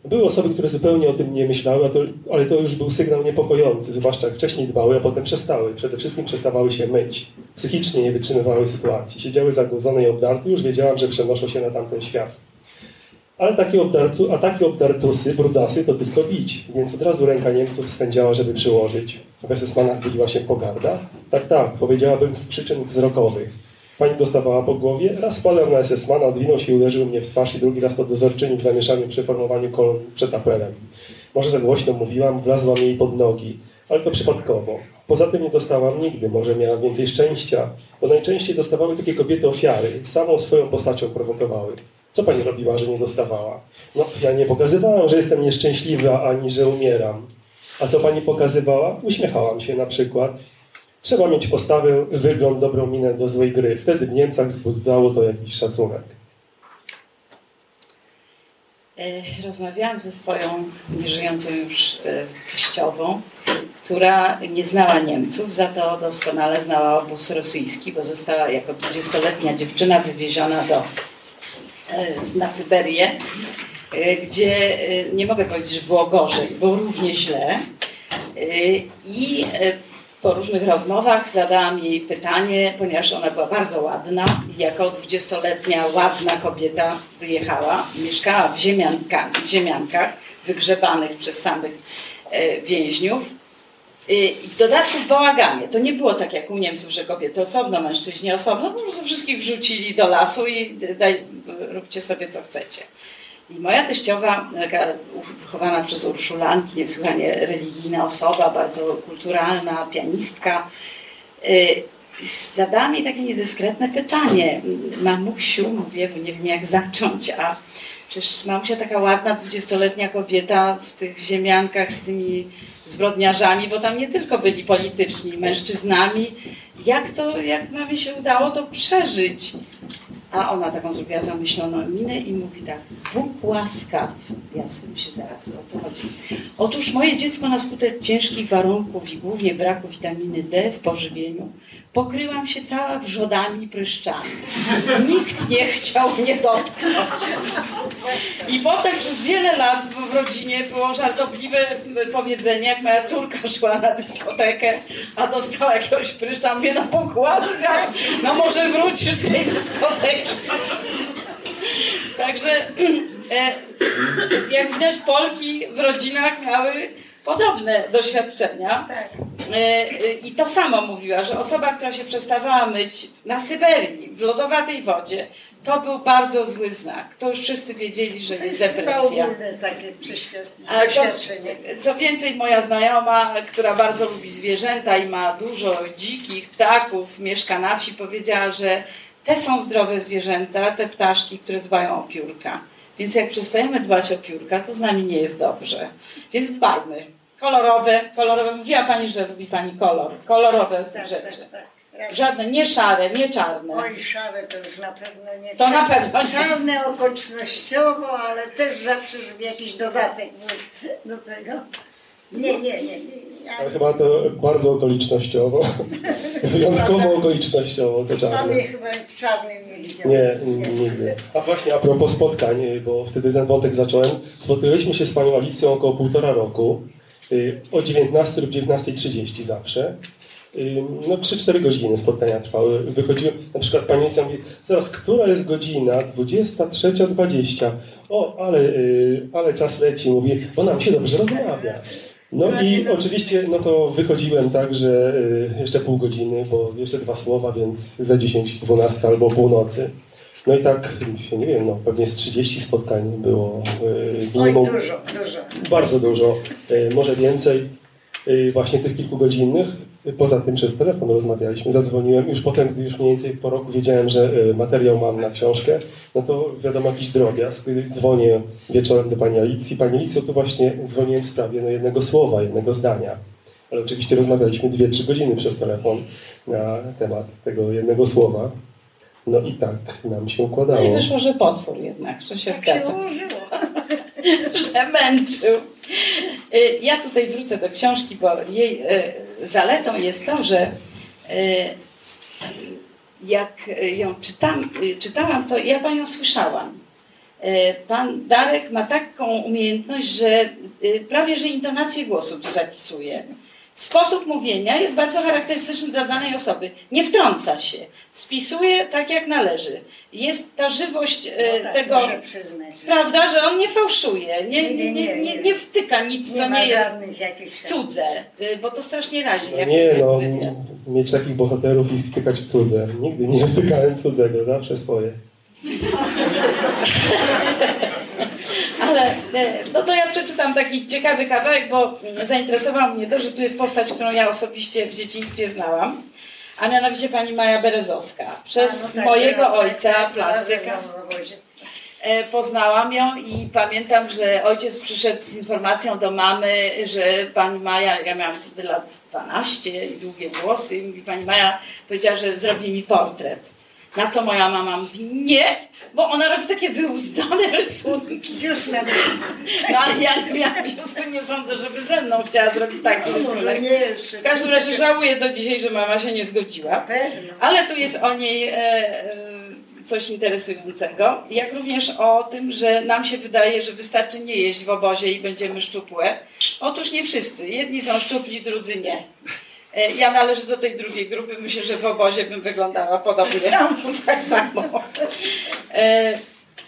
Były osoby, które zupełnie o tym nie myślały, a to, ale to już był sygnał niepokojący, zwłaszcza jak wcześniej dbały, a potem przestały. Przede wszystkim przestawały się myć. Psychicznie nie wytrzymywały sytuacji. Siedziały zagłodzone i obdarte, już wiedziałam, że przenoszą się na tamten świat. Ale takie obdartu, a takie obdartusy, brudasy, to tylko bić. Więc od razu ręka Niemców swędziała, żeby przyłożyć. W es es manach budziła się pogarda. Tak, tak, powiedziałabym z przyczyn wzrokowych. Pani dostawała po głowie, raz spadłem na es es mana, odwinął się i uderzył mnie w twarz i drugi raz to dozorczyni w zamieszaniu przy formowaniu kolumn przed apelem. Może za głośno mówiłam, wlazłam jej pod nogi, ale to przypadkowo. Poza tym nie dostałam nigdy, może miałam więcej szczęścia, bo najczęściej dostawały takie kobiety ofiary, samą swoją postacią prowokowały. Co pani robiła, że nie dostawała? No, ja nie pokazywałam, że jestem nieszczęśliwa, ani że umieram. A co pani pokazywała? Uśmiechałam się na przykład. Trzeba mieć postawę, wygląd, dobrą minę do złej gry. Wtedy w Niemcach wzbudzało to jakiś szacunek. Rozmawiałam ze swoją nieżyjącą już teściową, która nie znała Niemców, za to doskonale znała obóz rosyjski, bo została jako dwudziestoletnia dziewczyna wywieziona do, na Syberię, gdzie nie mogę powiedzieć, że było gorzej, było równie źle. I po różnych rozmowach zadałam jej pytanie, ponieważ ona była bardzo ładna i jako dwudziestoletnia ładna kobieta wyjechała, mieszkała w, ziemianka, w ziemiankach wygrzebanych przez samych e, więźniów i w dodatku w bałaganie. To nie było tak jak u Niemców, że kobiety osobno, mężczyźni osobno, po prostu wszystkich wrzucili do lasu i daj, róbcie sobie co chcecie. I moja teściowa, taka wychowana przez Urszulanki, niesłychanie religijna osoba, bardzo kulturalna, pianistka, yy, zadała mi takie niedyskretne pytanie. Mamusiu, mówię, bo nie wiem jak zacząć, a przecież mamusia taka ładna, dwudziestoletnia kobieta w tych ziemiankach z tymi zbrodniarzami, bo tam nie tylko byli polityczni, mężczyznami. Jak to, jak mamie się udało to przeżyć? A ona taką zrobiła zamyśloną minę i mówi tak: Bóg łaskaw. Ja sobie myślę zaraz, o co chodzi. Otóż moje dziecko na skutek ciężkich warunków i głównie braku witaminy D w pożywieniu pokryłam się cała wrzodami i pryszczami. Nikt nie chciał mnie dotknąć. I potem przez wiele lat w rodzinie było żartobliwe powiedzenie, jak moja córka szła na dyskotekę, a dostała jakiegoś pryszcza, mówię, no Bóg łaskaw, no może wrócisz z tej dyskoteki. Także jak widać, Polki w rodzinach miały podobne doświadczenia. I to samo mówiła, że osoba, która się przestawała myć na Syberii, w lodowatej wodzie, to był bardzo zły znak. To już wszyscy wiedzieli, że jest depresja. To jest takie przeświadczenie. Co, co więcej, moja znajoma, która bardzo lubi zwierzęta i ma dużo dzikich ptaków, mieszka na wsi, powiedziała, że te są zdrowe zwierzęta, te ptaszki, które dbają o piórka. Więc jak przestajemy dbać o piórka, to z nami nie jest dobrze. Więc dbajmy. Kolorowe, kolorowe. Mówiła pani, że lubi pani kolor. Kolorowe tak, rzeczy. Tak, tak. Żadne, nie szare, nie czarne. Oj, szare to już na pewno nie. To na pewno nie. Czarne okolicznościowo, ale też zawsze, żeby jakiś dodatek był do tego. Nie, nie, nie. nie. Ja Ale chyba to bardzo okolicznościowo. Wyjątkowo okolicznościowo to czarne. Mamy chyba w czarnym nie widziałem. Nie, nigdy. A właśnie a propos spotkań, bo wtedy ten wątek zacząłem. Spotykaliśmy się z panią Alicją około półtora roku. O dziewiętnastej lub dziewiętnastej trzydzieści zawsze. No trzy cztery godziny spotkania trwały. Wychodziłem, na przykład pani Alicja mówi, zaraz, która jest godzina? dwudziesta trzecia dwadzieścia. O, ale, ale czas leci, mówi, bo nam się dobrze rozmawia. No i oczywiście, no to wychodziłem tak, że jeszcze pół godziny, bo jeszcze dwa słowa, więc za dziesięć, dwanaście albo północy. No i tak, nie wiem, no pewnie z trzydzieści spotkań było minimum. Oj, dużo, dużo. Bardzo dużo, może więcej, właśnie tych kilkugodzinnych. Poza tym przez telefon rozmawialiśmy, zadzwoniłem. Już potem, gdy już mniej więcej po roku wiedziałem, że materiał mam na książkę, no to wiadomo, jakiś drobiazg. Dzwonię wieczorem do pani Alicji. Pani Alicjo, tu właśnie dzwoniłem w sprawie no, jednego słowa, jednego zdania. Ale oczywiście rozmawialiśmy dwie, trzy godziny przez telefon na temat tego jednego słowa. No i tak nam się układało. No i wyszło, że potwór jednak, że się Tak zgadza. się ułożyło. Że męczył. Ja tutaj wrócę do książki, bo jej zaletą jest to, że jak ją czytam, czytałam, to ja panią słyszałam. E, Pan Darek ma taką umiejętność, że e, prawie że intonację głosu zapisuje. Sposób mówienia jest bardzo charakterystyczny dla danej osoby. Nie wtrąca się. Spisuje tak, jak należy. Jest ta żywość e, No tak, tego, muszę przyznać. prawda, że on nie fałszuje, nie, nie, nie, nie, nie wtyka nic, Nie co ma nie jest żadnych jakichś tam- cudze, e, bo to strasznie razi. No jak nie, to no, jest wywiad. mieć takich bohaterów i wtykać cudze. Nigdy nie wtykałem cudzego, zawsze swoje. Ale e, no to ja przeczytam taki ciekawy kawałek, bo zainteresowało mnie to, że tu jest postać, którą ja osobiście w dzieciństwie znałam, a mianowicie pani Maja Berezowska. Przez A, no tak, mojego tak, ojca, tak, plastyka, razem w obozie. e, poznałam ją i pamiętam, że ojciec przyszedł z informacją do mamy, że pani Maja, ja miałam wtedy lat dwanaście i długie włosy, i mówi, pani Maja powiedziała, że zrobi mi portret. Na co moja mama mówi, nie, bo ona robi takie wyuzdane rysunki. Już na myśli. No ale ja nie miałam biustu, nie sądzę, żeby ze mną chciała zrobić taki Może rysunek. nie jeszcze. W każdym razie żałuję do dzisiaj, że mama się nie zgodziła. Pewno. Ale tu jest o niej e, e, coś interesującego. Jak również o tym, że nam się wydaje, że wystarczy nie jeść w obozie i będziemy szczupłe. Otóż nie wszyscy. Jedni są szczupli, drudzy nie. E, Ja należę do tej drugiej grupy. Myślę, że w obozie bym wyglądała podobnie. Tak samo. E,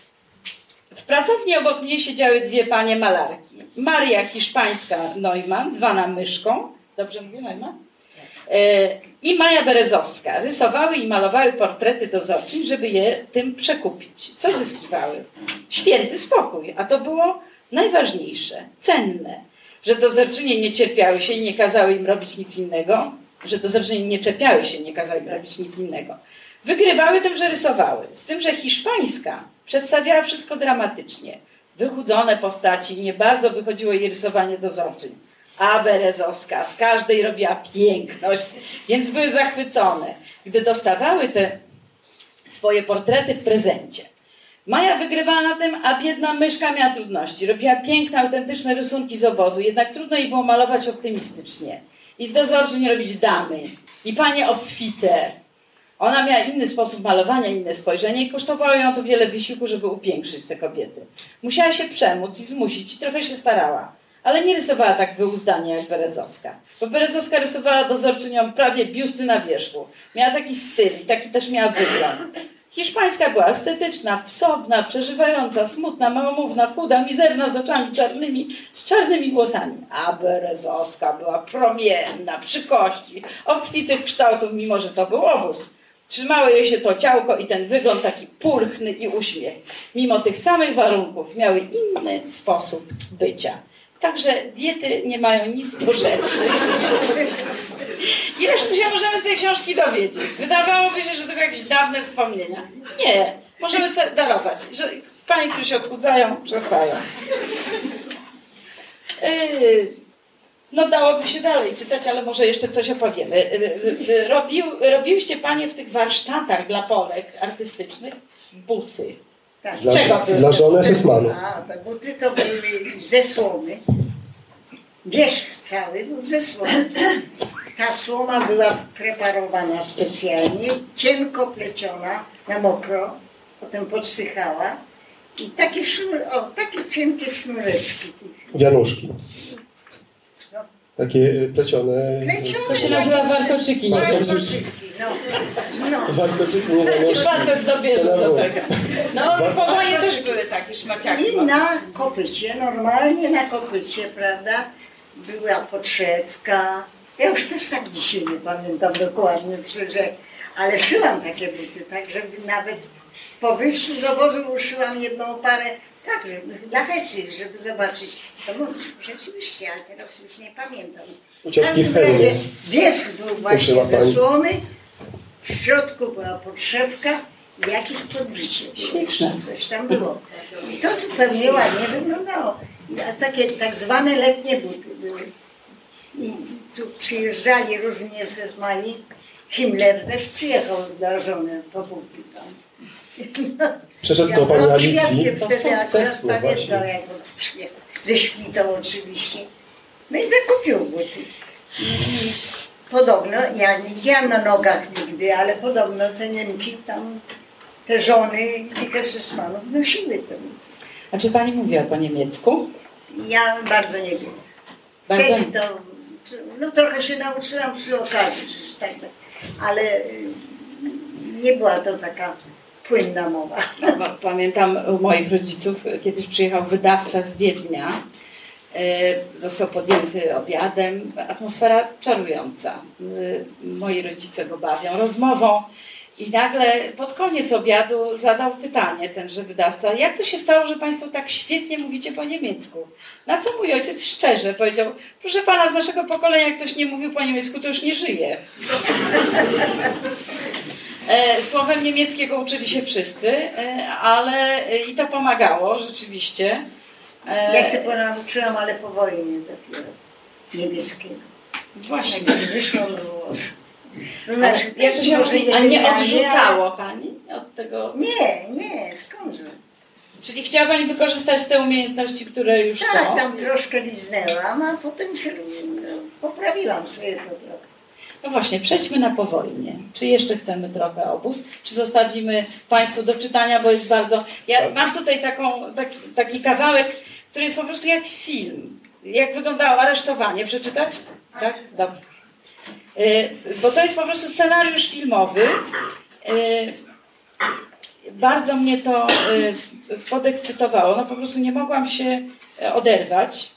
W pracowni obok mnie siedziały dwie panie malarki. Maria Hiszpańska Neumann, zwana Myszką. Dobrze mówię, Neumann? E, I Maja Berezowska. Rysowały i malowały portrety dozorczyń, żeby je tym przekupić. Co zyskiwały? Święty spokój. A to było najważniejsze, cenne. Że dozorczynie nie cierpiały się i nie kazały im robić nic innego. Że dozorczynie nie czepiały się i nie kazały im robić nic innego. Wygrywały tym, że rysowały. Z tym, że hiszpańska przedstawiała wszystko dramatycznie. Wychudzone postaci, nie bardzo wychodziło jej rysowanie dozorczyń. A Berezowska z każdej robiła piękność, więc były zachwycone. Gdy dostawały te swoje portrety w prezencie. Maja wygrywała na tym, a biedna Myszka miała trudności. Robiła piękne, autentyczne rysunki z obozu, jednak trudno jej było malować optymistycznie. I z dozorczyń robić damy. I panie obfite. Ona miała inny sposób malowania, inne spojrzenie i kosztowało ją to wiele wysiłku, żeby upiększyć te kobiety. Musiała się przemóc i zmusić i trochę się starała. Ale nie rysowała tak wyuzdanie jak Berezowska. Bo Berezowska rysowała dozorczyniom prawie biusty na wierzchu. Miała taki styl i taki też miała wygląd. Hiszpańska była estetyczna, wsobna, przeżywająca, smutna, małomówna, chuda, mizerna, z oczami czarnymi, z czarnymi włosami. A Berezowska była promienna, przy kości, obfitych kształtów, mimo że to był obóz. Trzymało jej się to ciałko i ten wygląd taki pulchny i uśmiech. Mimo tych samych warunków miały inny sposób bycia. Także diety nie mają nic do rzeczy. Ileż my się możemy z tej książki dowiedzieć? Wydawałoby się, że to jakieś dawne wspomnienia. Nie, możemy sobie darować. Że panie, które się odchudzają, przestają. Yy, no dałoby się dalej czytać, ale może jeszcze coś opowiemy. Yy, robił, robiłyście panie w tych warsztatach dla Polek artystycznych buty. Tak. Z Dla, czego były dla te żony buty? Sesmanu. A, te buty to były ze słomy. Wierzch cały był ze słomy. Ta słoma była preparowana specjalnie, cienko pleciona, na mokro, potem podsychała i takie, sznur, o, takie cienkie sznureczki. Wianuszki. No, Takie y, plecione. plecione. To się nazywa warkoczyki. Nie wiem. Warkoczyki, no. no. Warkoczyki, nie Ci wianuszki. facet dobierze do tego. No, War- po wojnie też były takie szmaciaki. I na kopycie, normalnie na kopycie, prawda, była podszewka. Ja już też tak dzisiaj nie pamiętam dokładnie, że, ale szyłam takie buty, tak, żeby nawet po wyjściu z obozu uszyłam jedną parę, tak, żeby, dla Hecy, żeby zobaczyć. To no, rzeczywiście, ale teraz już nie pamiętam. U ciotki w każdym razie Chełmie. wierzch był właśnie Uszyła ze pani. słomy, w środku była podszewka i jakieś podbicie. Śliczne. Coś tam było. I to zupełnie ładnie wyglądało. A takie tak zwane letnie buty były. I tu przyjeżdżali różni esesmani. Himmler też przyjechał dla żony po buty tam. Przeszedł Ja do pani byłam Alicji. świadkiem To wtedy akurat sukces, no pamiętam, właśnie. jak on przyjechał. Ze świtą oczywiście. No i zakupił buty. I podobno, ja nie widziałam na nogach nigdy, ale podobno te Niemki tam te żony tych esesmanów nosiły to. A czy pani mówiła po niemiecku? Ja bardzo nie wiem. Bardzo Wtedy to, no trochę się nauczyłam przy okazji, że tak, ale y, nie była to taka płynna mowa. No, pamiętam u moich rodziców, kiedyś przyjechał wydawca z Wiednia, y, został podjęty obiadem, atmosfera czarująca. Y, moi rodzice go bawią rozmową i nagle pod koniec obiadu zadał pytanie tenże wydawca, jak to się stało, że państwo tak świetnie mówicie po niemiecku? Na co mój ojciec szczerze powiedział, proszę pana, z naszego pokolenia jak ktoś nie mówił po niemiecku, to już nie żyje. Słowem niemieckiego uczyli się wszyscy, ale i to pomagało rzeczywiście. Ja się ponauczyłam, ale po wojnie dopiero niemieckiego. Właśnie. Jak wyszło z włosów. No, Ale znaczy, jak to się może mówi, a nie genialnie, odrzucało pani od tego? Nie, nie, skądże. Czyli chciała pani wykorzystać te umiejętności, które już Tak, są? tam troszkę liznęłam, a potem się no, poprawiłam sobie to trochę. No właśnie, przejdźmy na powojnie. Czy jeszcze chcemy trochę obóz? Czy zostawimy państwu do czytania, bo jest bardzo... Ja mam tutaj taką, taki, taki kawałek, który jest po prostu jak film. Jak wyglądało aresztowanie. Przeczytać? Tak? Dobrze. Yy, bo to jest po prostu scenariusz filmowy. Yy, bardzo mnie to yy, podekscytowało. No po prostu nie mogłam się oderwać.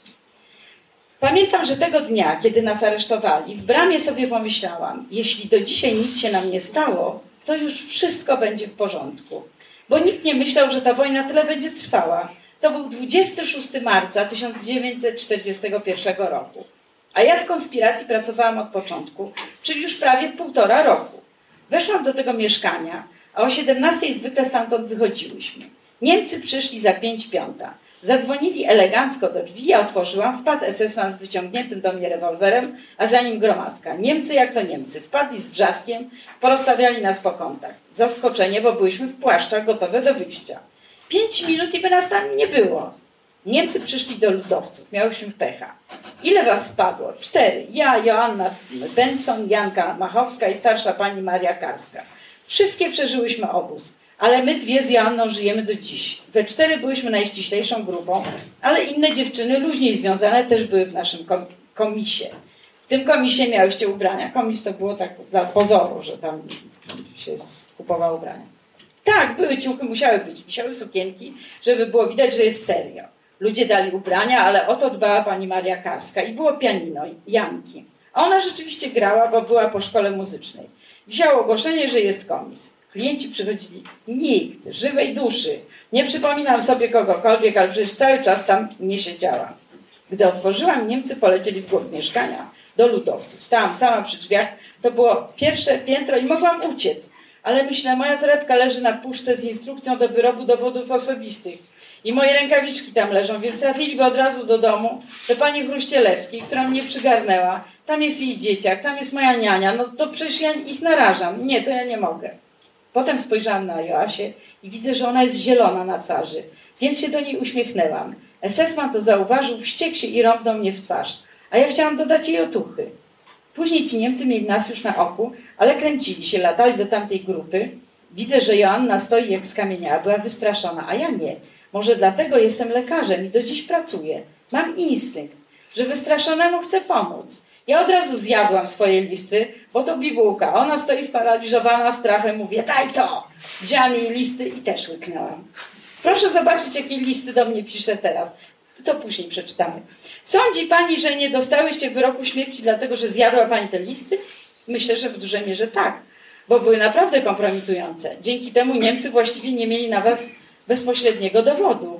Pamiętam, że tego dnia, kiedy nas aresztowali, w bramie sobie pomyślałam, jeśli do dzisiaj nic się nam nie stało, to już wszystko będzie w porządku. Bo nikt nie myślał, że ta wojna tyle będzie trwała. To był dwudziestego szóstego marca tysiąc dziewięćset czterdziestego pierwszego roku. A ja w konspiracji pracowałam od początku, czyli już prawie półtora roku. Weszłam do tego mieszkania, a o siedemnastej zwykle stamtąd wychodziłyśmy. Niemcy przyszli za pięć piąta. Zadzwonili elegancko do drzwi, ja otworzyłam, wpadł esesman z wyciągniętym do mnie rewolwerem, a za nim gromadka. Niemcy jak to Niemcy, wpadli z wrzaskiem, porozstawiali nas po kątach. Zaskoczenie, bo byliśmy w płaszczach gotowe do wyjścia. Pięć minut i by nas tam nie było. Niemcy przyszli do ludowców, miałyśmy pecha. Ile was wpadło? Cztery. Ja, Joanna Benson, Janka Machowska i starsza pani Maria Karska. Wszystkie przeżyłyśmy obóz. Ale my dwie z Joanną żyjemy do dziś. We cztery byłyśmy najściślejszą grupą, ale inne dziewczyny luźniej związane też były w naszym komisie. W tym komisie miałyście ubrania. Komis to było tak dla pozoru, że tam się kupowało ubrania. Tak, były ciuchy, musiały być. Wisiały sukienki, żeby było widać, że jest serio. Ludzie dali ubrania, ale o to dbała pani Maria Karska. I było pianino, Janki. A ona rzeczywiście grała, bo była po szkole muzycznej. Wisiało ogłoszenie, że jest komis. Klienci przychodzili. Nikt, żywej duszy. Nie przypominam sobie kogokolwiek, ale przecież cały czas tam nie siedziałam. Gdy otworzyłam, Niemcy polecieli w głąb mieszkania do ludowców. Stałam sama przy drzwiach. To było pierwsze piętro i mogłam uciec. Ale myślę, moja torebka leży na puszce z instrukcją do wyrobu dowodów osobistych. I moje rękawiczki tam leżą, więc trafiliby od razu do domu, do pani Chruścielewskiej, która mnie przygarnęła. Tam jest jej dzieciak, tam jest moja niania. No to przecież ja ich narażam. Nie, to ja nie mogę. Potem spojrzałam na Joasię i widzę, że ona jest zielona na twarzy, więc się do niej uśmiechnęłam. Esesman to zauważył, wściekł się i rąbnął mnie w twarz, a ja chciałam dodać jej otuchy. Później ci Niemcy mieli nas już na oku, ale kręcili się, latali do tamtej grupy. Widzę, że Joanna stoi jak skamieniała, była wystraszona, a ja nie. Może dlatego jestem lekarzem i do dziś pracuję. Mam instynkt, że wystraszonemu chcę pomóc. Ja od razu zjadłam swoje listy, bo to bibułka. Ona stoi sparaliżowana strachem, mówię, daj to! Wzięłam jej listy i też łyknęłam. Proszę zobaczyć, jakie listy do mnie pisze teraz. To później przeczytamy. Sądzi pani, że nie dostałyście wyroku śmierci dlatego, że zjadła pani te listy? Myślę, że w dużej mierze tak, bo były naprawdę kompromitujące. Dzięki temu Niemcy właściwie nie mieli na was bezpośredniego dowodu.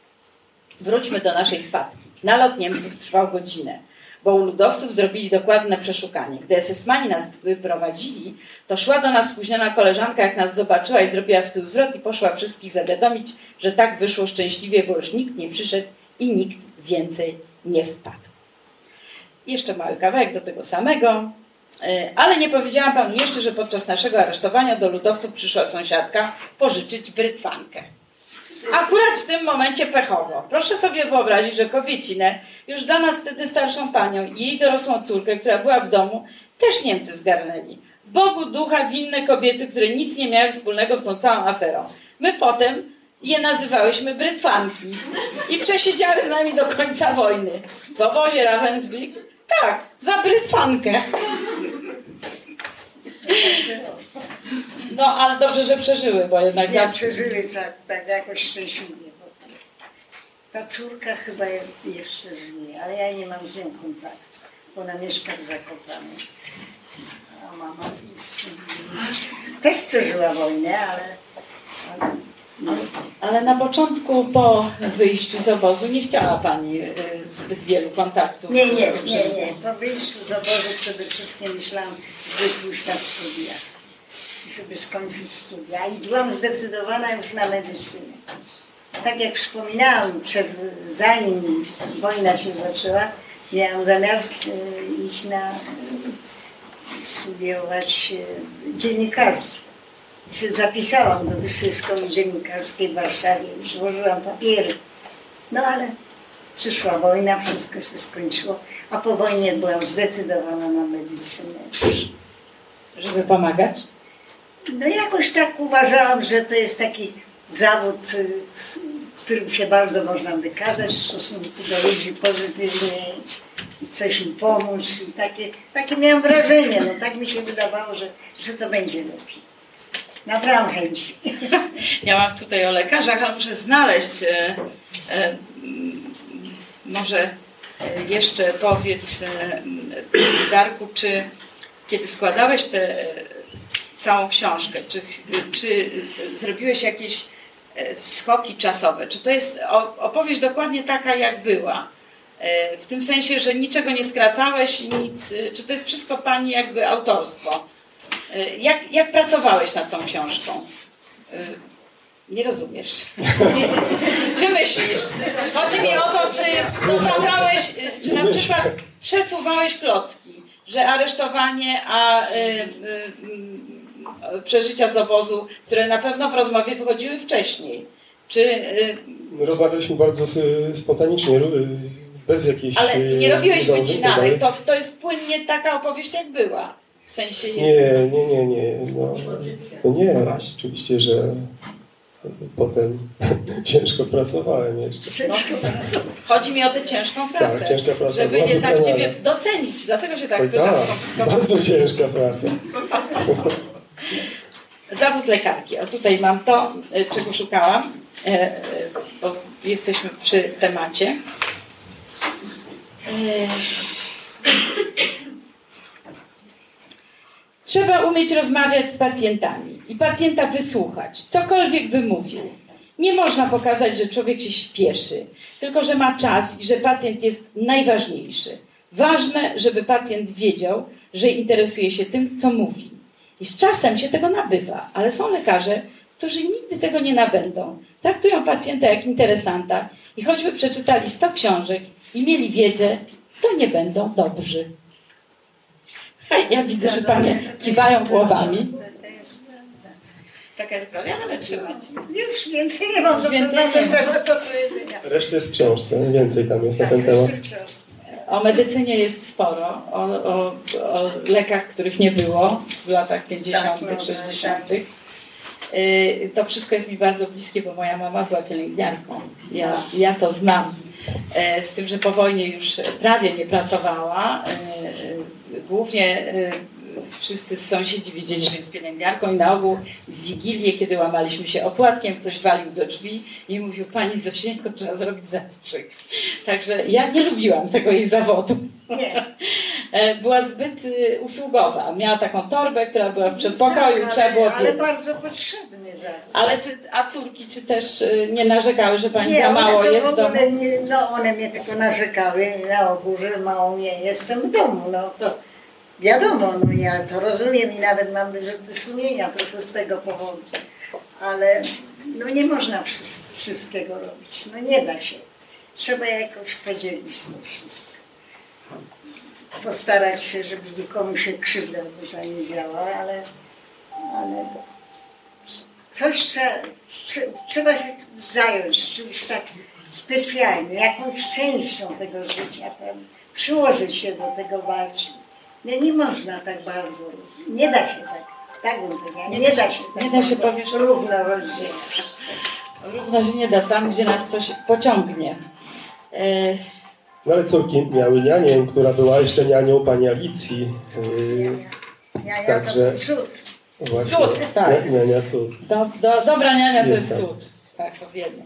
Wróćmy do naszej wpadki. Nalot Niemców trwał godzinę, bo u ludowców zrobili dokładne przeszukanie. Gdy esesmani nas wyprowadzili, to szła do nas spóźniona koleżanka, jak nas zobaczyła i zrobiła w tył zwrot i poszła wszystkich zawiadomić, że tak wyszło szczęśliwie, bo już nikt nie przyszedł i nikt więcej nie wpadł. Jeszcze mały kawałek do tego samego, ale nie powiedziałam panu jeszcze, że podczas naszego aresztowania do ludowców przyszła sąsiadka pożyczyć brytwankę. Akurat w tym momencie pechowo. Proszę sobie wyobrazić, że kobiecinę, już dla nas wtedy starszą panią i jej dorosłą córkę, która była w domu, też Niemcy zgarnęli. Bogu ducha winne kobiety, które nic nie miały wspólnego z tą całą aferą. My potem je nazywałyśmy brytwanki i przesiedziały z nami do końca wojny. W obozie Ravensbrück, tak, za brytwankę. No, ale dobrze, że przeżyły, bo jednak... Nie, za... przeżyły tak, tak jakoś szczęśliwie. Ta córka chyba jeszcze żyje, ale ja nie mam z nią kontaktu, bo ona mieszka w Zakopanem. A mama już też przeżyła wojnę, ale... ale no. Ale na początku, po wyjściu z obozu, nie chciała Pani y, zbyt wielu kontaktów. Nie, nie, nie, nie. Po wyjściu z obozu przede wszystkim myślałam, żeby pójść na studia. Żeby skończyć studia. I byłam zdecydowana już na medycynę. Tak jak wspominałam, przed, zanim wojna się zaczęła, miałam zamiar y, iść na y, studiować y, dziennikarstwo. Się zapisałam do Wyższej Szkoły Dziennikarskiej w Warszawie i przyłożyłam papiery. No ale przyszła wojna, wszystko się skończyło, a po wojnie byłam zdecydowana na medycynę. Żeby pomagać? No jakoś tak uważałam, że to jest taki zawód, z którym się bardzo można wykazać w stosunku do ludzi pozytywnie i coś im pomóc. I takie, takie miałam wrażenie, no tak mi się wydawało, że, że to będzie lepiej. Nabrałam chęci. Ja mam tutaj o lekarzach, ale muszę znaleźć, e, e, może jeszcze powiedz, e, Darku, czy kiedy składałeś tę całą książkę, czy, czy zrobiłeś jakieś wskoki czasowe? Czy to jest opowieść dokładnie taka, jak była? W tym sensie, że niczego nie skracałeś, nic, czy to jest wszystko Pani jakby autorstwo? Jak, jak pracowałeś nad tą książką? Nie rozumiesz. Czy myślisz? Chodzi mi o to, czy dodawałeś, czy na przykład przesuwałeś klocki, że aresztowanie, a y, y, y, przeżycia z obozu, które na pewno w rozmowie wychodziły wcześniej. Czy, y, Rozmawialiśmy bardzo spontanicznie, bez jakiejś... Ale nie robiłeś założeń, wycinanek, to, to jest płynnie taka opowieść, jak była. W sensie... Nie, nie, nie, nie. No, no nie, oczywiście, że potem ciężko pracowałem jeszcze. No, chodzi mi o tę ciężką pracę, tak, ciężka praca żeby była jednak wykonana. Ciebie docenić, dlatego się tak Oj, pytam. tak, bardzo ciężka praca. Zawód lekarki. O, tutaj mam to, czego szukałam, bo jesteśmy przy temacie. Trzeba umieć rozmawiać z pacjentami i pacjenta wysłuchać, cokolwiek by mówił. Nie można pokazać, że człowiek się śpieszy, tylko że ma czas i że pacjent jest najważniejszy. Ważne, żeby pacjent wiedział, że interesuje się tym, co mówi. I z czasem się tego nabywa, ale są lekarze, którzy nigdy tego nie nabędą. Traktują pacjenta jak interesanta i choćby przeczytali sto książek i mieli wiedzę, to nie będą dobrzy. Ja widzę, że panie kiwają głowami. Taka jest prawda, ale trzymać. Już więcej nie mam do Więcej na nie ten ma. temat do powiedzenia. Resztę jest w książce, więcej tam jest na Tak, ten temat. resztę wciąż. O medycynie jest sporo, o, o, o lekach, których nie było w latach pięćdziesiątych, Tak, no, sześćdziesiątych. Yy, To wszystko jest mi bardzo bliskie, bo moja mama była pielęgniarką. Ja, ja to znam. Yy, Z tym, że po wojnie już prawie nie pracowała. Yy, Głównie yy, wszyscy sąsiedzi wiedzieli, że jest pielęgniarką i na ogół w Wigilię, kiedy łamaliśmy się opłatkiem, ktoś walił do drzwi i mówił: pani Zosieńko, trzeba zrobić zastrzyk. Także ja nie lubiłam tego jej zawodu. Nie. Była zbyt y, usługowa. Miała taką torbę, która była w przedpokoju, Tak, trzeba było ale, ale biec. bardzo potrzebny zawód. Ale czy, a córki czy też y, nie narzekały, że pani Nie, za mało one to jest w w domu? ogóle nie, no one mnie tylko narzekały na ogół, że mało mnie jestem w domu. No to wiadomo, no ja to rozumiem i nawet mam wyrzuty sumienia trochę z tego powodu. Ale no nie można wszy- wszystkiego robić. No nie da się. Trzeba jakoś podzielić to wszystko. Postarać się, żeby nikomu się krzywda duża nie działa, ale, ale coś trzeba, trze- trzeba się zająć czymś tak specjalnie, jakąś częścią tego życia, prawda? Przyłożyć się do tego bardziej. Nie, nie można tak bardzo, nie da się tak, tak bym powiedziała, nie, Nie da da się- się tak nie da się, bardzo powiesz- równo rozdzielać. Równo się nie da tam, gdzie nas coś pociągnie. E, No ale córki miały nianię, która była jeszcze nianią pani Alicji. Yy, Ja, ja Także- to cud. właśnie, Cud, tak. nia- Niania cud. do, do, dobra niania to Jest jest tak. cud. Tak, to wiemy.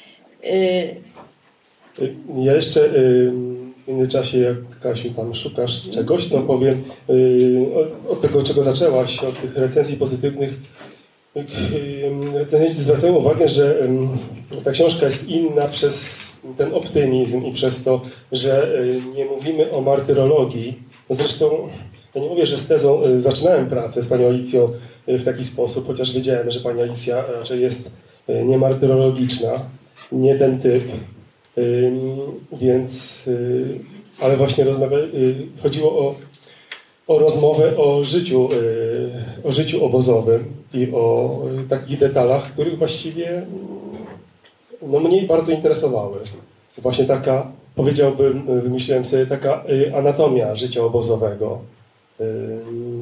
E, Y, Ja jeszcze y, w międzyczasie, jak Kasiu tam szukasz czegoś, to powiem y, od, od tego, czego zaczęłaś, od tych recenzji pozytywnych. Y, y, Recenzenci zwracają uwagę, że y, ta książka jest inna przez ten optymizm i przez to, że y, nie mówimy o martyrologii. Zresztą ja nie mówię, że z tezą y, zaczynałem pracę z panią Alicją y, w taki sposób, chociaż wiedziałem, że pani Alicja raczej jest y, niemartyrologiczna, nie ten typ. Ym, więc, y, ale właśnie rozmawia, y, chodziło o, o rozmowę o życiu, y, o życiu obozowym i o y, takich detalach, których właściwie mm, no, mnie bardzo interesowały. Właśnie taka, powiedziałbym, y, wymyśliłem sobie, taka y, anatomia życia obozowego. Ym,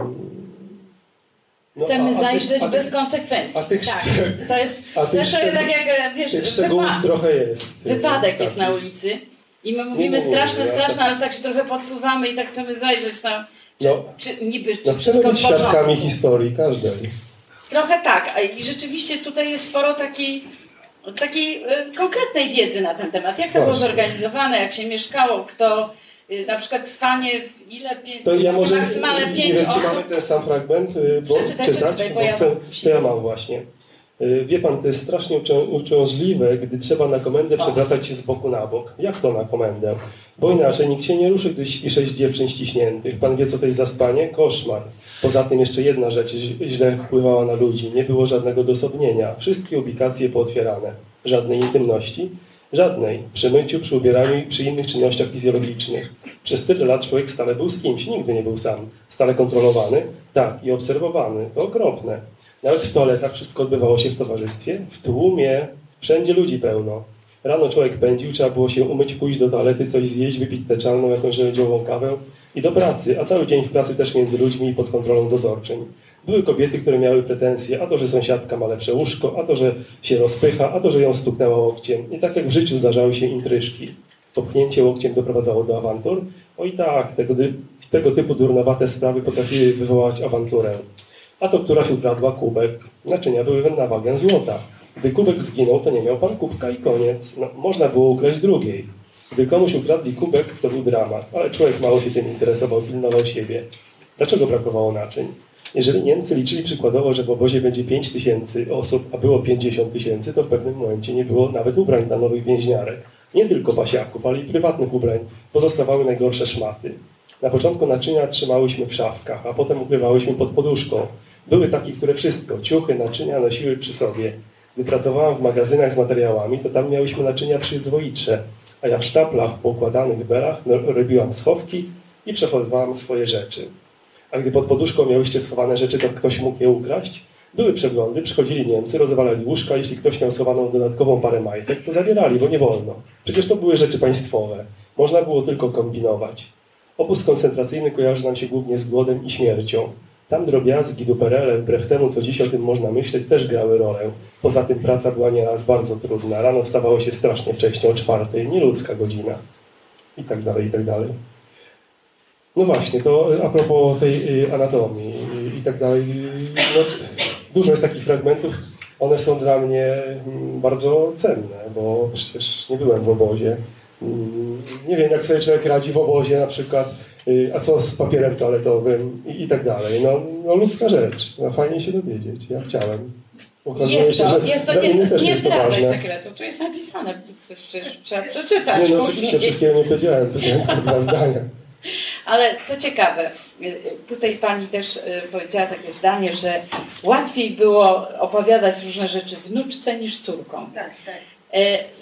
no, chcemy a- a tych- zajrzeć a tych- bez konsekwencji. a tych tak, szczeg- to jest, a to tych jest trochę szczegół- tak jak, wiesz, Tych szczegółów wypa- trochę jest. y, wypadek jest takich. na ulicy i my Nie, mówimy nie, nie, straszne, ja straszne, tak- ale tak się trochę podsuwamy i tak chcemy zajrzeć tam, czy, No. czy niby, czy No, chcemy wszystko być w porządku. świadkami historii każdej. Trochę tak. A i rzeczywiście tutaj jest sporo takiej, takiej e, konkretnej wiedzy na ten temat. Jak to było Właśnie. zorganizowane, jak się mieszkało, kto e, na przykład spanie w ile? Pię- To ja może maksymalnie nie pięć wiem, czy osób. mamy ten sam fragment, y, bo Przeczytaj, czytać, przeczytaj, bo bo ja chcę, mam. to ja mam właśnie. Y, Wie pan, to jest strasznie uczą- uciążliwe, gdy trzeba na komendę przewracać się z boku na bok. Jak to na komendę? Bo inaczej nikt się nie ruszy, gdy śpi sześć dziewczyn ściśniętych. Pan wie, co to jest zaspanie? Koszmar. Poza tym jeszcze jedna rzecz ź- źle wpływała na ludzi. Nie było żadnego dosobnienia. Wszystkie ubikacje pootwierane. Żadnej intymności. Żadnej. Przy myciu, przy ubieraniu i przy innych czynnościach fizjologicznych. Przez tyle lat człowiek stale był z kimś. Nigdy nie był sam. Stale kontrolowany. Tak, i obserwowany. To okropne. Nawet w toaletach wszystko odbywało się w towarzystwie. W tłumie. Wszędzie ludzi pełno. Rano człowiek pędził, trzeba było się umyć, pójść do toalety, coś zjeść, wypić tę czarną, jakąś żelędziową kawę i do pracy, a cały dzień w pracy też między ludźmi i pod kontrolą dozorczyń. Były kobiety, które miały pretensje, a to, że sąsiadka ma lepsze łóżko, a to, że się rozpycha, a to, że ją stuknęła łokciem. I tak jak w życiu zdarzały się intryżki. Popchnięcie łokciem doprowadzało do awantur. O i tak, tego, dy- tego typu durnowate sprawy potrafiły wywołać awanturę. A to któraś ukradła kubek. Naczynia były na wagę złota. Gdy kubek zginął, to nie miał pan kubka i koniec. No, można było ukraść drugiej. Gdy komuś ukradli kubek, to był dramat, ale człowiek mało się tym interesował, pilnował siebie. Dlaczego brakowało naczyń? Jeżeli Niemcy liczyli przykładowo, że w obozie będzie pięć tysięcy osób, a było pięćdziesiąt tysięcy, to w pewnym momencie nie było nawet ubrań dla nowych więźniarek. Nie tylko pasiaków, ale i prywatnych ubrań. Pozostawały najgorsze szmaty. Na początku naczynia trzymałyśmy w szafkach, a potem ukrywałyśmy pod poduszką. Były takie, które wszystko, ciuchy, naczynia nosiły przy sobie. Gdy pracowałam w magazynach z materiałami, to tam miałyśmy naczynia przyzwoitsze, a ja w sztaplach po układanych belach no, robiłam schowki i przechowywałam swoje rzeczy. A gdy pod poduszką miałyście schowane rzeczy, to ktoś mógł je ukraść? Były przeglądy, przychodzili Niemcy, rozwalali łóżka, jeśli ktoś miał schowaną dodatkową parę majtek, to zabierali, bo nie wolno. Przecież to były rzeczy państwowe. Można było tylko kombinować. Obóz koncentracyjny kojarzy nam się głównie z głodem i śmiercią. Tam drobiazgi, duperele, wbrew temu, co dziś o tym można myśleć, też grały rolę. Poza tym praca była nieraz bardzo trudna. Rano wstawało się strasznie wcześnie, o czwartej, nieludzka godzina. I tak dalej, i tak dalej. No właśnie, to a propos tej y, anatomii i, i tak dalej. No, dużo jest takich fragmentów. One są dla mnie mm, bardzo cenne, bo przecież nie byłem w obozie. Mm, nie wiem, jak sobie człowiek radzi w obozie na przykład, y, a co z papierem toaletowym i, i tak dalej. No, no ludzka rzecz. No, fajnie się dowiedzieć. Ja chciałem. Okazuje Jest się, to, że jest to, dla nie, innych też nie jest to zdradzaj ważne. sekretu, tu jest napisane, to przecież trzeba przeczytać. Nie, no później. oczywiście wszystkiego nie powiedziałem, powiedziałem tylko dwa zdania. Ale co ciekawe, tutaj pani też y, powiedziała takie zdanie, że łatwiej było opowiadać różne rzeczy wnuczce niż córkom. Tak, tak. E, y,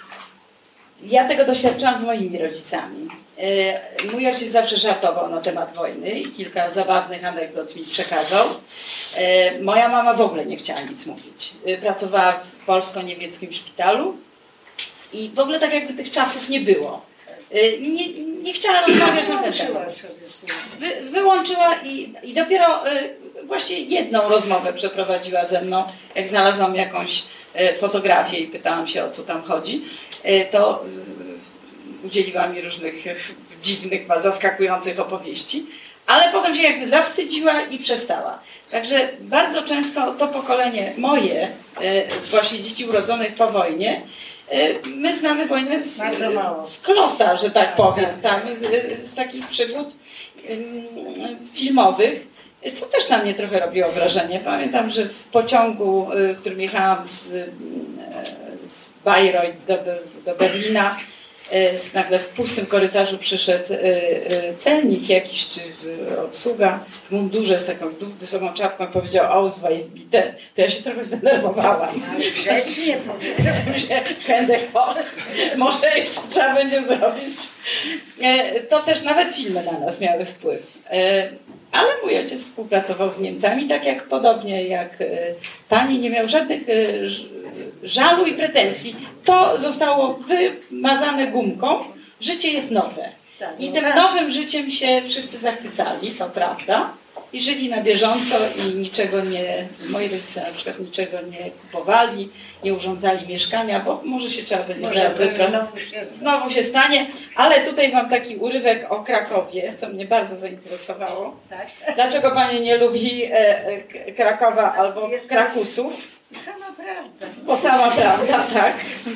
Ja tego doświadczałam z moimi rodzicami. E, Mój ojciec zawsze żartował na temat wojny i kilka zabawnych anegdot mi przekazał. E, Moja mama w ogóle nie chciała nic mówić. E, Pracowała w polsko-niemieckim szpitalu i w ogóle tak jakby tych czasów nie było. Y, Nie, nie chciała rozmawiać na ten temat. Wyłączyła sobie z tym. Wy, wyłączyła i, i dopiero y, właśnie jedną rozmowę przeprowadziła ze mną, jak znalazłam jakąś y, fotografię i pytałam się, o co tam chodzi, y, to y, udzieliła mi różnych y, dziwnych, zaskakujących opowieści, ale potem się jakby zawstydziła i przestała. Także bardzo często to pokolenie moje, y, właśnie dzieci urodzonych po wojnie, my znamy wojnę z, Bardzo mało. z klosta, że tak, Tak, powiem, tak, tam, z takich przygód ym, filmowych, co też na mnie trochę robiło wrażenie. Pamiętam, że w pociągu, y, którym jechałam z, y, z Bayreuth do, do Berlina, y, nagle w pustym korytarzu przyszedł y, y, celnik jakiś, czy y, obsługa w mundurze z taką wysoką czapką i powiedział Ausweis bitte. To ja się trochę zdenerwowałam. Ale grzecznie powiedział. Że Hände hoch, może jeszcze trzeba będzie zrobić. E, To też nawet filmy na nas miały wpływ. E, Ale mój ojciec współpracował z Niemcami, tak jak podobnie jak e, pani, nie miał żadnych e, ż- żalu i pretensji. To zostało wymazane gumką. Życie jest nowe. Tak, I no tym tak. nowym życiem się wszyscy zachwycali, to prawda. I żyli na bieżąco i niczego nie, moi rodzice na przykład niczego nie kupowali, nie urządzali mieszkania, bo może się trzeba będzie Może zaraz coś wybrać. znowu się Znowu się stanie, ale tutaj mam taki urywek o Krakowie, co mnie bardzo zainteresowało. tak? Dlaczego pani nie lubi e, e, K- Krakowa albo Krakusów? Sama prawda. Bo sama prawda, tak.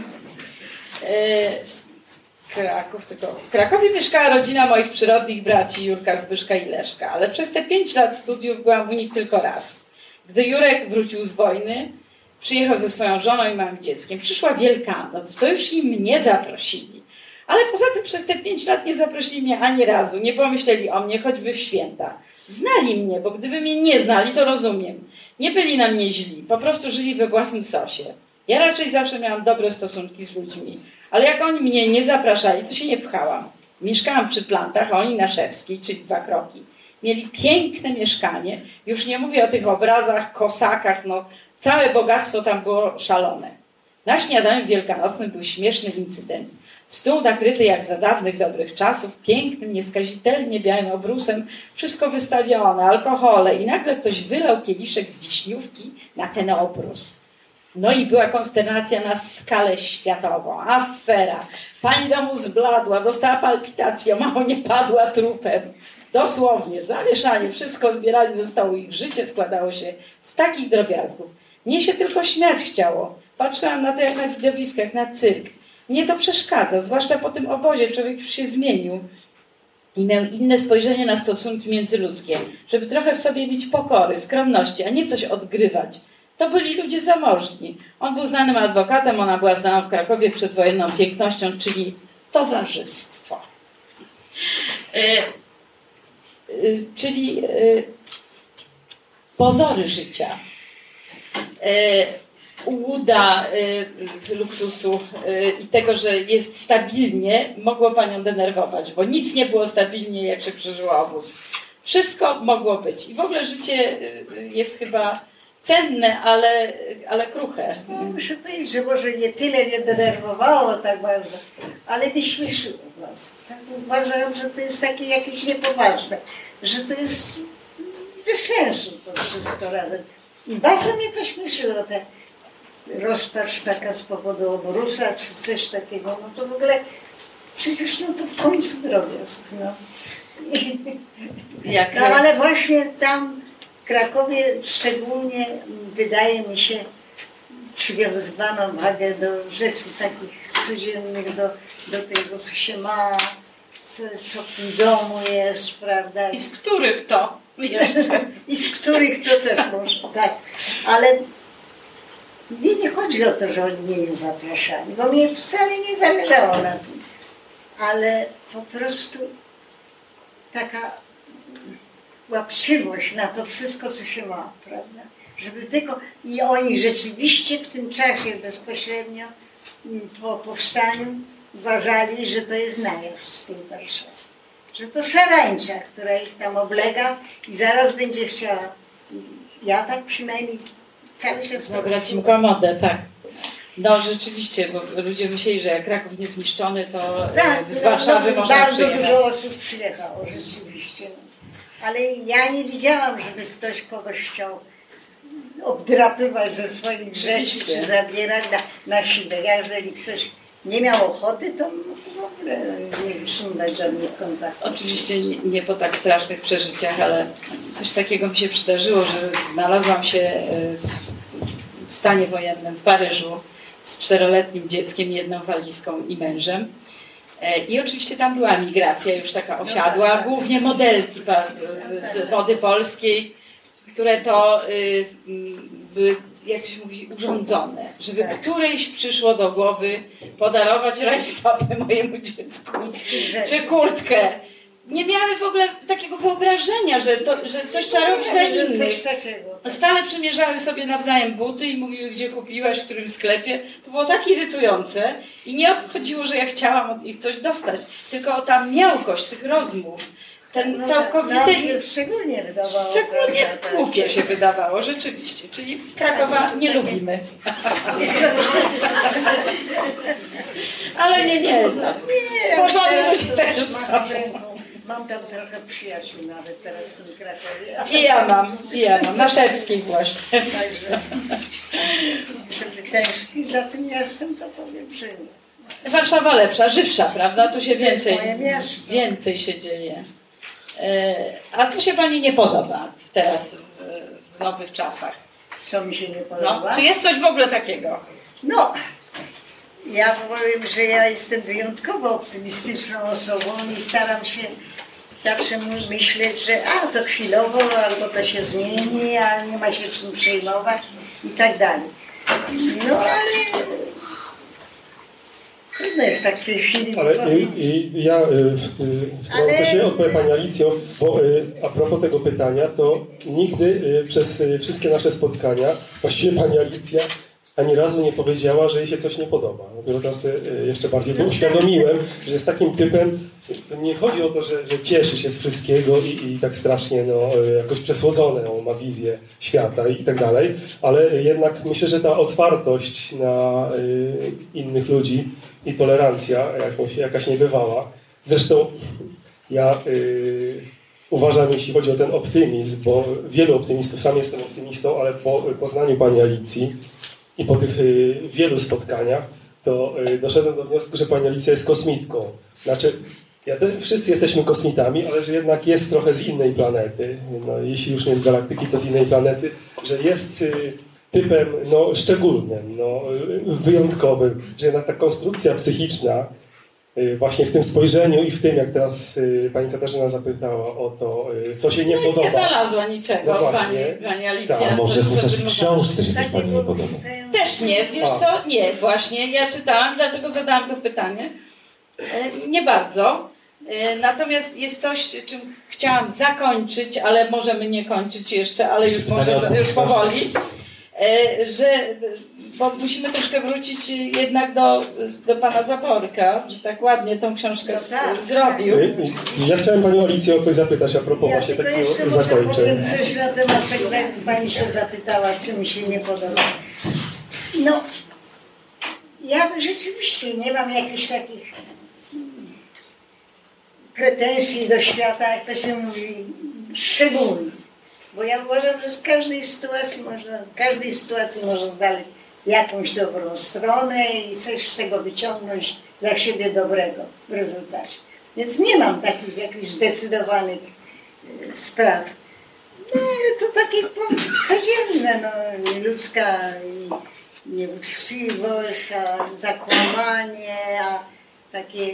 E, Kraków, tylko w Krakowie mieszkała rodzina moich przyrodnich braci Jurka, Zbyszka i Leszka, ale przez te pięć lat studiów byłam u nich tylko raz. Gdy Jurek wrócił z wojny, przyjechał ze swoją żoną i małym dzieckiem. Przyszła Wielkanoc, to już i mnie zaprosili. Ale poza tym przez te pięć lat nie zaprosili mnie ani razu, nie pomyśleli o mnie, choćby w święta. Znali mnie, bo gdyby mnie nie znali, to rozumiem. Nie byli na mnie źli, po prostu żyli we własnym sosie. Ja raczej zawsze miałam dobre stosunki z ludźmi, ale jak oni mnie nie zapraszali, to się nie pchałam. Mieszkałam przy Plantach, a oni na Szewskiej, czyli dwa kroki. Mieli piękne mieszkanie, już nie mówię o tych obrazach, kosakach, no całe bogactwo tam było szalone. Na śniadaniu wielkanocnym był śmieszny incydent. Stół nakryty jak za dawnych dobrych czasów, pięknym, nieskazitelnie białym obrusem, wszystko wystawione, alkohole i nagle ktoś wylał kieliszek wiśniówki na ten obrus. No i była konsternacja na skalę światową, afera. Pani domu zbladła, dostała palpitację, mało nie padła trupem. Dosłownie, zamieszanie, wszystko zbierali ze stołu, ich życie składało się z takich drobiazgów. Mnie się tylko śmiać chciało. Patrzyłam na to jak na widowisko, jak na cyrk. Mnie to przeszkadza, zwłaszcza po tym obozie, człowiek już się zmienił i miał inne spojrzenie na stosunki międzyludzkie, żeby trochę w sobie mieć pokory, skromności, a nie coś odgrywać. To byli ludzie zamożni. On był znanym adwokatem, ona była znana w Krakowie przedwojenną pięknością, czyli towarzystwo. E, e, czyli e, pozory życia. E, Łuda y, luksusu y, i tego, że jest stabilnie, mogło panią denerwować, bo nic nie było stabilnie, jak się przeżyło obóz. Wszystko mogło być. I w ogóle życie y, jest chyba cenne, ale, ale kruche. No, muszę powiedzieć, że może nie tyle nie denerwowało tak bardzo, ale mnie śmieszyło was. Tak uważam, że to jest takie jakieś niepoważne, że to jest bez sensu to wszystko razem. I bardzo mnie to śmieszyło, ta rozpacz taka z powodu obrusa, czy coś takiego, no to w ogóle przecież no to w końcu drobiazg, no. Jak, No ale właśnie tam w Krakowie szczególnie wydaje mi się przywiązywano wagę do rzeczy takich codziennych, do, do tego, co się ma, co, co w tym domu jest, prawda? I z których to jeszcze? I z których to też może, tak. Ale mnie nie chodzi o to, że oni mnie nie zapraszali, bo mnie wcale nie zależało na tym. Ale po prostu taka łapczywość na to wszystko, co się ma, prawda? Żeby tylko... I oni rzeczywiście w tym czasie bezpośrednio po powstaniu uważali, że to jest najazd z tej Warszawy. Że to szarańcza, która ich tam oblega i zaraz będzie chciała... Ja tak przynajmniej cały czas... Zabrać im komodę, tak. No rzeczywiście, bo ludzie myśleli, że jak Kraków nie zniszczony, to Tak, z Warszawy no, można bardzo przyjechać. dużo osób przyjechało, rzeczywiście. Ale ja nie widziałam, żeby ktoś kogoś chciał obdrapywać ze swoich rzeczy, czy zabierać na, na siłę. Jeżeli ktoś nie miał ochoty, to w ogóle nie utrzymać żadnych kontaktów. Oczywiście nie, nie po tak strasznych przeżyciach, ale coś takiego mi się przydarzyło, że znalazłam się w, w stanie wojennym w Paryżu z czteroletnim dzieckiem, jedną walizką i mężem. I oczywiście tam była migracja już taka osiadła, głównie modelki z mody polskiej, które to były, jak to się mówi, urządzone, żeby którejś przyszło do głowy podarować rajstopy mojemu dziecku, czy kurtkę. Nie miały w ogóle takiego wyobrażenia, że, to, że coś trzeba robić dla innych. Stale przymierzały sobie nawzajem buty i mówiły, gdzie kupiłaś, w którym sklepie. To było tak irytujące i nie chodziło, że ja chciałam od nich coś dostać, tylko ta miałkość tych rozmów, ten no, całkowity... No, szczególnie wydawało. Szczególnie prawda, głupie się wydawało, rzeczywiście. Czyli Krakowa nie lubimy. Ale nie, nie. No. Nie, porządni teraz ludzie to też już są. mam w ręku. Mam tam trochę przyjaciół nawet teraz w tym Krakowie. I ja mam, i ja mam. Na Szewskiej właśnie. Także, żeby tęsknić za tym miastem, to powiem, że nie. Warszawa lepsza, żywsza, prawda? Tu się więcej, moje miasto. więcej się dzieje. E, A co się Pani nie podoba teraz w, w nowych czasach? Co mi się nie No, podoba? czy jest coś w ogóle takiego? No, ja powiem, że ja jestem wyjątkowo optymistyczną osobą i staram się zawsze myśleć, że a to chwilowo, albo to się zmieni, a nie ma się czym przejmować i tak dalej. No ale trudno jest tak w tej chwili Ale powiedzieć. i, i ja y, y, wtrącę Ale- się, odpowiem Pani Alicjo, bo y, a propos tego pytania, to nigdy y, przez y, wszystkie nasze spotkania, właściwie Pani Alicja ani razu nie powiedziała, że jej się coś nie podoba. Dopiero teraz y, jeszcze bardziej to uświadomiłem, że jest takim typem, to nie chodzi o to, że, że cieszy się z wszystkiego i, i tak strasznie no, y, jakoś przesłodzone, on ma wizję świata i tak dalej, ale jednak myślę, że ta otwartość na y, innych ludzi i tolerancja jakąś, jakaś niebywała. Zresztą ja y, uważam, jeśli chodzi o ten optymizm, bo wielu optymistów, sam jestem optymistą, ale po poznaniu Pani Alicji i po tych y, wielu spotkaniach, to y, doszedłem do wniosku, że Pani Alicja jest kosmitką. Znaczy, ja te, wszyscy jesteśmy kosmitami, ale że jednak jest trochę z innej planety. No, jeśli już nie z galaktyki, to z innej planety, że jest y, typem no, szczególnym, no, y, wyjątkowym, że jednak ta konstrukcja psychiczna y, właśnie w tym spojrzeniu i w tym, jak teraz y, Pani Katarzyna zapytała o to, y, co się nie No, podoba. nie znalazła niczego, No pani, właśnie. pani Alicja. Tak, A może coś, co chociaż by w mogła- książce się coś Tak nie Pani nie było podoba? pisane. Też nie, wiesz A. co? Nie, właśnie. Ja czytałam, dlatego zadałam to pytanie. E, Nie bardzo. E, Natomiast jest coś, czym chciałam zakończyć, ale możemy nie kończyć jeszcze, ale już może za- już powoli. E, Że, bo musimy troszkę wrócić jednak do, do pana Zaporka, że tak ładnie tą książkę No tak. z, zrobił. Y, y, Ja chciałem Panią Alicję o coś zapytać a propos Ja właśnie tylko takiego jeszcze może zakończeń. powiem coś na temat tego, jak Pani się zapytała, czy mi się nie podoba. No, ja rzeczywiście nie mam jakichś takich pretensji do świata, jak to się mówi, szczególnych. Bo ja uważam, że z każdej sytuacji można, w każdej sytuacji można znaleźć jakąś dobrą stronę i coś z tego wyciągnąć dla siebie dobrego w rezultacie. Więc nie mam takich jakichś zdecydowanych y, spraw. No ale to takie po- codzienne, no, nieludzka i nieuczciwość, a zakłamanie, a takie,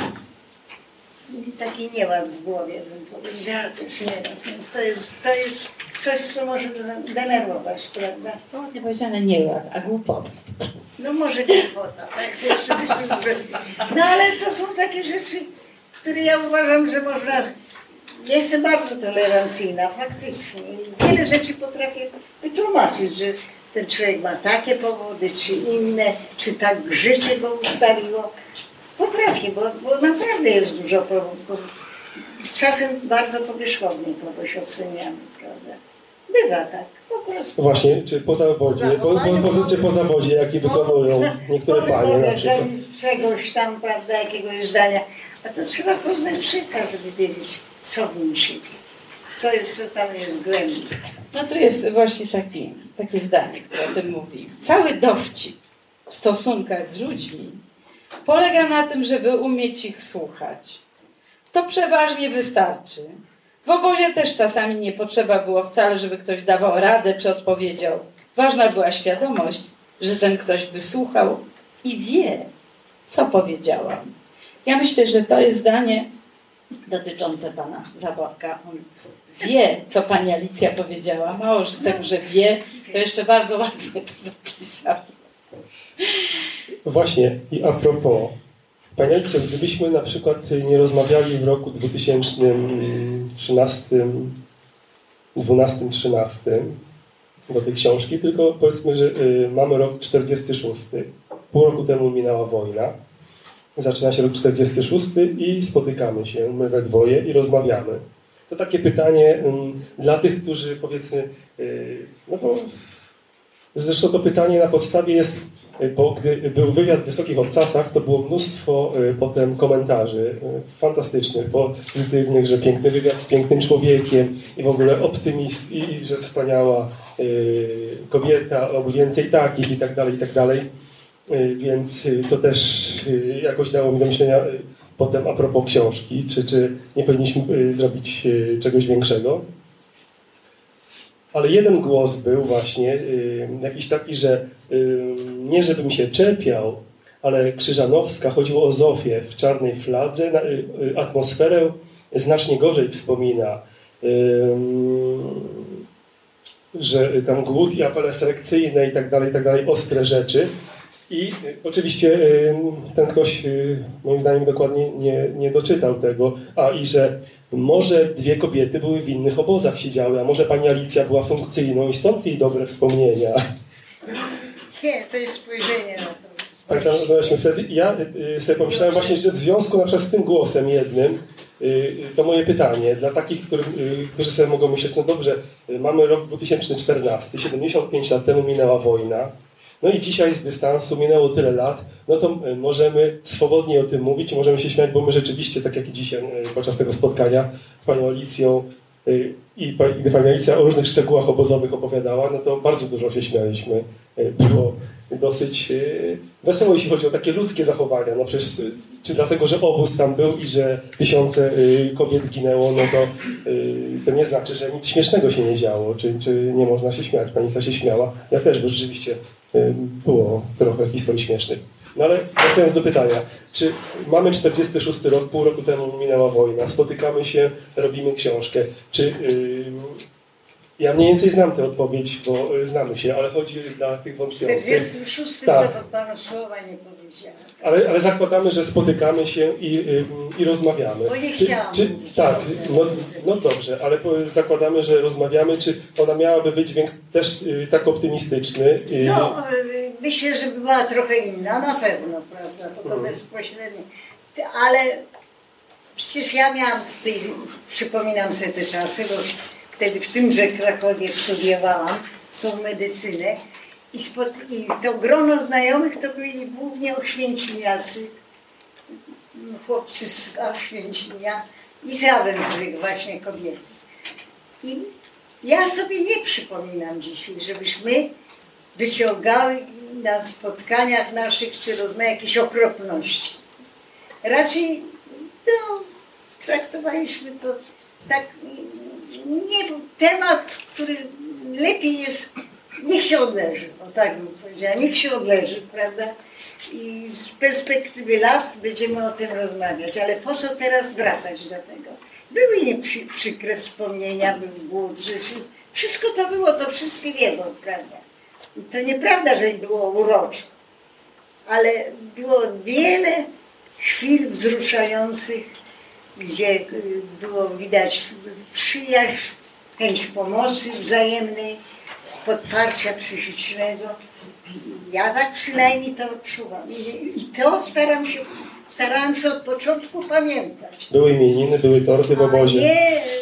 i taki nieład w głowie, bym powiedziała też nieraz. Więc to jest, to jest coś, co może denerwować, prawda? Ładnie powiedziane nieład, a głupota. No może głupota, tak? Jeszcze by się zgodzić. No ale to są takie rzeczy, które ja uważam, że można... Ja jestem bardzo tolerancyjna, faktycznie. I wiele rzeczy potrafię wytłumaczyć, że ten człowiek ma takie powody, czy inne, czy tak życie go ustaliło. Potrafię, bo, bo naprawdę jest dużo powodów. Czasem bardzo powierzchownie kogoś oceniamy, prawda? Bywa tak, po prostu. Właśnie, czy po zawodzie, po, po, po, czy po zawodzie, jaki wykonują niektóre panie na przykład. Czegoś tam, prawda, jakiegoś zdania. A to trzeba poznać przekaz, żeby wiedzieć, co w nim siedzi. Co, jest, co tam jest głębiej. No tu jest właśnie taki, takie zdanie, które o tym mówi. Cały dowcip w stosunkach z ludźmi polega na tym, żeby umieć ich słuchać. To przeważnie wystarczy. W obozie też czasami nie potrzeba było wcale, żeby ktoś dawał radę czy odpowiedział. Ważna była świadomość, że ten ktoś wysłuchał i wie, co powiedziałam. Ja myślę, że to jest zdanie dotyczące pana Zaborka. On wie, co pani Alicja powiedziała. Mało, że tego, że wie, to jeszcze bardzo ładnie to zapisał. Właśnie, i a propos, Pani Alicjo, gdybyśmy na przykład nie rozmawiali w roku dwa tysiące trzynastym, dwunastym, trzynastym do tej książki, tylko powiedzmy, że y, mamy rok czterdziesty szósty, pół roku temu minęła wojna, zaczyna się rok czterdziesty szósty i spotykamy się, my we dwoje i rozmawiamy. To takie pytanie y, dla tych, którzy powiedzmy, y, no bo zresztą to pytanie na podstawie jest, bo gdy był wywiad w Wysokich Obcasach, to było mnóstwo y, potem komentarzy y, fantastycznych, pozytywnych, że piękny wywiad z pięknym człowiekiem i w ogóle optymist, i że wspaniała y, kobieta, oby więcej takich i tak dalej, i tak dalej. Y, więc y, to też y, jakoś dało mi do myślenia y, potem a propos książki, czy, czy nie powinniśmy y, zrobić y, czegoś większego. Ale jeden głos był właśnie y, jakiś taki, że y, nie żebym się czepiał, ale Krzyżanowska, chodziło o Zofię w czarnej fladze, na, y, y, atmosferę znacznie gorzej wspomina, y, że tam głód i apele selekcyjne i tak dalej, i tak dalej, ostre rzeczy. I y, oczywiście y, ten ktoś y, moim zdaniem dokładnie nie, nie doczytał tego, a i że może dwie kobiety były w innych obozach siedziały, a może pani Alicja była funkcyjną i stąd jej dobre wspomnienia. Nie, to jest spojrzenie na to. Tak tam rozmawialiśmy wtedy. Ja y, sobie pomyślałem właśnie, że w związku na przykład z tym głosem jednym, y, to moje pytanie dla takich, którzy, y, którzy sobie mogą myśleć, no dobrze, y, mamy rok dwa tysiące czternasty, siedemdziesiąt pięć lat temu minęła wojna, no i dzisiaj z dystansu minęło tyle lat, no to y, możemy swobodnie o tym mówić i możemy się śmiać, bo my rzeczywiście, tak jak i dzisiaj y, podczas tego spotkania z panią Alicją y, i gdy pani Alicja o różnych szczegółach obozowych opowiadała, no to bardzo dużo się śmialiśmy. Y, było dosyć y, wesoło, jeśli chodzi o takie ludzkie zachowania. No przecież, y, czy dlatego, że obóz tam był i że tysiące y, kobiet ginęło, no to y, to nie znaczy, że nic śmiesznego się nie działo, czy, czy nie można się śmiać. Pani Alicja się śmiała. Ja też, bo rzeczywiście y, było trochę historii śmiesznych. No ale wracając do pytania, czy mamy czterdziesty szósty rok, pół roku temu minęła wojna, spotykamy się, robimy książkę, czy... Yy, ja mniej więcej znam tę odpowiedź, bo yy, znamy się, ale chodzi dla tych W wątpiących. czterdziestym szóstym Tak. to panu słowa nie powiedziałem. Ale, ale zakładamy, że spotykamy się i, yy, i rozmawiamy. Bo nie Czy- chciałam czy, mówić Tak, o tym. no, no dobrze, ale po- zakładamy, że rozmawiamy, czy ona miałaby wydźwięk też yy, tak optymistyczny? Yy, No, y, myślę, że była trochę inna, na pewno, prawda, to to bezpośrednie. Ty- Ale przecież ja miałam tutaj, przypominam sobie te czasy, bo wtedy w tymże Krakowie studiowałam tą medycynę i, spod, i to grono znajomych to byli głównie oświęcimiacy, chłopcy z Oświęcimia i z Ravensbrück właśnie kobiety. I ja sobie nie przypominam dzisiaj, żebyśmy wyciągały na spotkaniach naszych czy rozmawiać jakieś okropności. Raczej no, traktowaliśmy to tak, nie był temat, który lepiej jest, niech się odleży, o tak bym powiedziała, niech się odleży, prawda? I z perspektywy lat będziemy o tym rozmawiać, ale po co teraz wracać do tego? Były nieprzy, przykre wspomnienia, był głód, że się, wszystko to było, to wszyscy wiedzą, prawda? I to nieprawda, że było uroczo, ale było wiele chwil wzruszających, gdzie y, było widać przyjaźń, chęć pomocy wzajemnej, podparcia psychicznego. Ja tak przynajmniej to odczuwam. I, i to staram się, starałam się od początku pamiętać. Były imieniny, były torty w A obozie. nie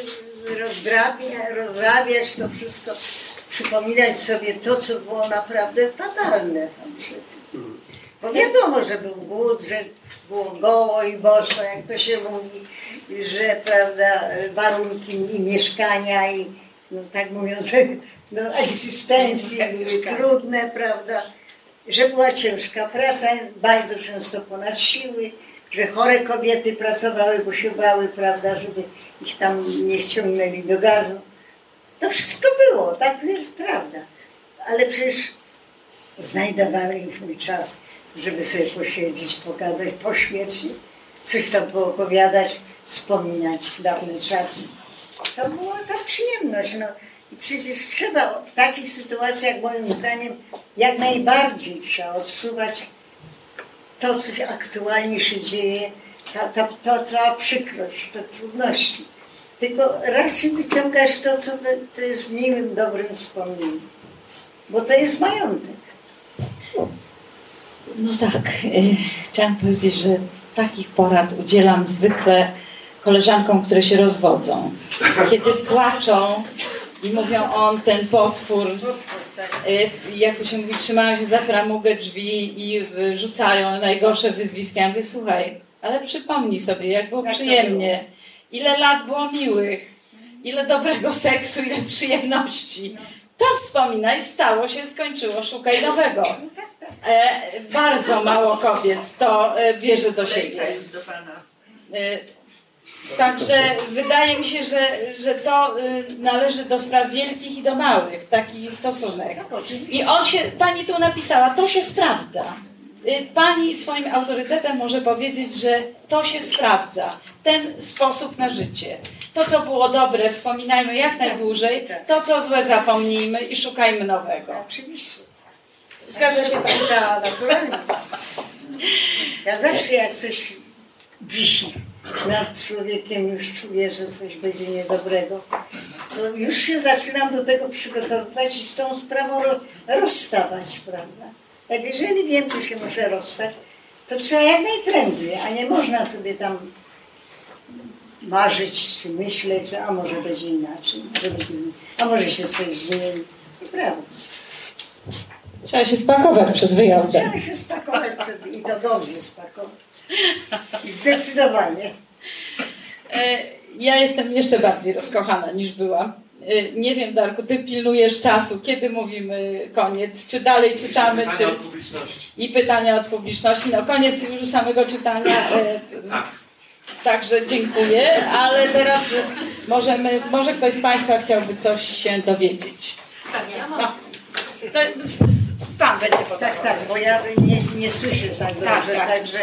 rozdrabia, rozrabiać to wszystko, przypominać sobie to, co było naprawdę fatalne tam przecież. Bo wiadomo, że był głód, że było goło i boso, jak to się mówi, że prawda, warunki i mieszkania i no, tak mówiąc, no, egzystencji były trudne, prawda, że była ciężka praca, bardzo często ponad siły, że chore kobiety pracowały, bo się bały, prawda, żeby ich tam nie ściągnęli do gazu. To wszystko było, tak jest prawda. Ale przecież znajdowaliśmy czas, żeby sobie posiedzieć, pogadać, pośmieci, coś tam poopowiadać, wspominać dawne czasy. To była ta przyjemność. No. I przecież trzeba w takich sytuacjach, moim zdaniem, jak najbardziej trzeba odsuwać to, co się aktualnie się dzieje, ta, ta, ta, ta przykrość, te trudności. Tylko raczej wyciągać to, co, co jest miłym, dobrym wspomnieniem. Bo to jest majątek. No tak, y, chciałam powiedzieć, że takich porad udzielam zwykle koleżankom, które się rozwodzą. Kiedy płaczą i mówią, on, ten potwór, y, jak to się mówi, trzymają się za framugę drzwi i y, rzucają najgorsze wyzwiska. Ja mówię, słuchaj, ale przypomnij sobie, jak było Jak przyjemnie, ile lat było miłych, ile dobrego seksu, ile przyjemności. To wspominaj, stało się, skończyło, szukaj nowego. E, bardzo mało kobiet to e, bierze do siebie. E, także wydaje mi się, że, że to e, należy do spraw wielkich i do małych, taki stosunek. I on się, pani tu napisała, to się sprawdza. E, pani swoim autorytetem może powiedzieć, że to się sprawdza. Ten sposób na życie. To, co było dobre, wspominajmy jak najdłużej, to, co złe, zapomnijmy i szukajmy nowego. Oczywiście. Zgadza się pani? Tak, naturalnie. Ja zawsze jak coś wisi nad człowiekiem, już czuję, że coś będzie niedobrego, to już się zaczynam do tego przygotowywać i z tą sprawą ro rozstawać, prawda? Tak, jeżeli wiem, że się muszę rozstać, to trzeba jak najprędzej, a nie można sobie tam marzyć, czy myśleć, że a może będzie inaczej, może będzie, a może się coś zmieni. Nieprawda. Trzeba się spakować przed wyjazdem. Trzeba się spakować przed, i to dobrze spakować. I zdecydowanie. E, Ja jestem jeszcze bardziej rozkochana niż byłam. E, Nie wiem, Darku, ty pilnujesz czasu, kiedy mówimy koniec, czy dalej czytamy, Pytania czy... od publiczności. I pytania od publiczności. No koniec już samego czytania. E, Także dziękuję, ale teraz możemy, może ktoś z Państwa chciałby coś się dowiedzieć. No. To s- s- Pan będzie podawał. Tak, tak, bo ja nie, nie słyszę tak dobrze, Tak, tak. także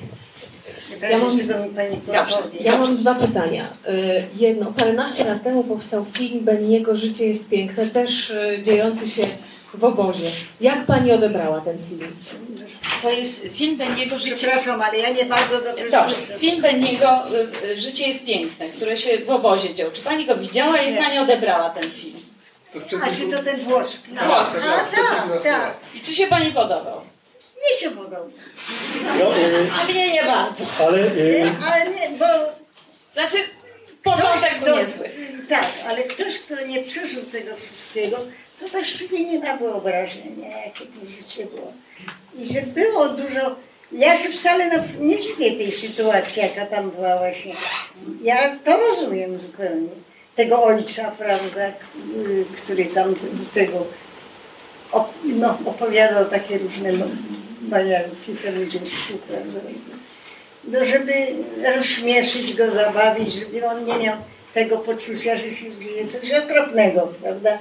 w Ja mam- razie czego mi Pani powie. Ja mam dwa pytania. Y, Jedno, paręnaście lat temu powstał film Beniego Życie jest piękne, też y, dziejący się w obozie. Jak Pani odebrała ten film? To jest film Beniego Życie. Przepraszam, ale ja nie bardzo dobrze Dobrze, słyszę. film Beniego y, y, Życie jest piękne, które się w obozie dzieło. Czy Pani go widziała i Nie. Pani odebrała ten film? To sprzed A czy to ten włoski? Włoski. A, tak, tak. I czy się Pani podobał? Mnie się podoba. No, y, A mnie nie bardzo. ale y, Nie, ale nie, bo Znaczy, początek ktoś, był kto- niezły. Tak, ale ktoś, kto nie przeżył tego wszystkiego, to właściwie nie ma wyobrażenia, jakie to życie było. I że było dużo... Ja się wcale na, nie dziwię tej sytuacji, jaka tam była właśnie. Ja to rozumiem zupełnie. Tego ojca, prawda, k- który tam z tego op, no, opowiadał takie różne no, banianki temu dziecku, prawda. No, żeby rozśmieszyć go, zabawić, żeby on nie miał tego poczucia, że się dzieje coś okropnego, prawda.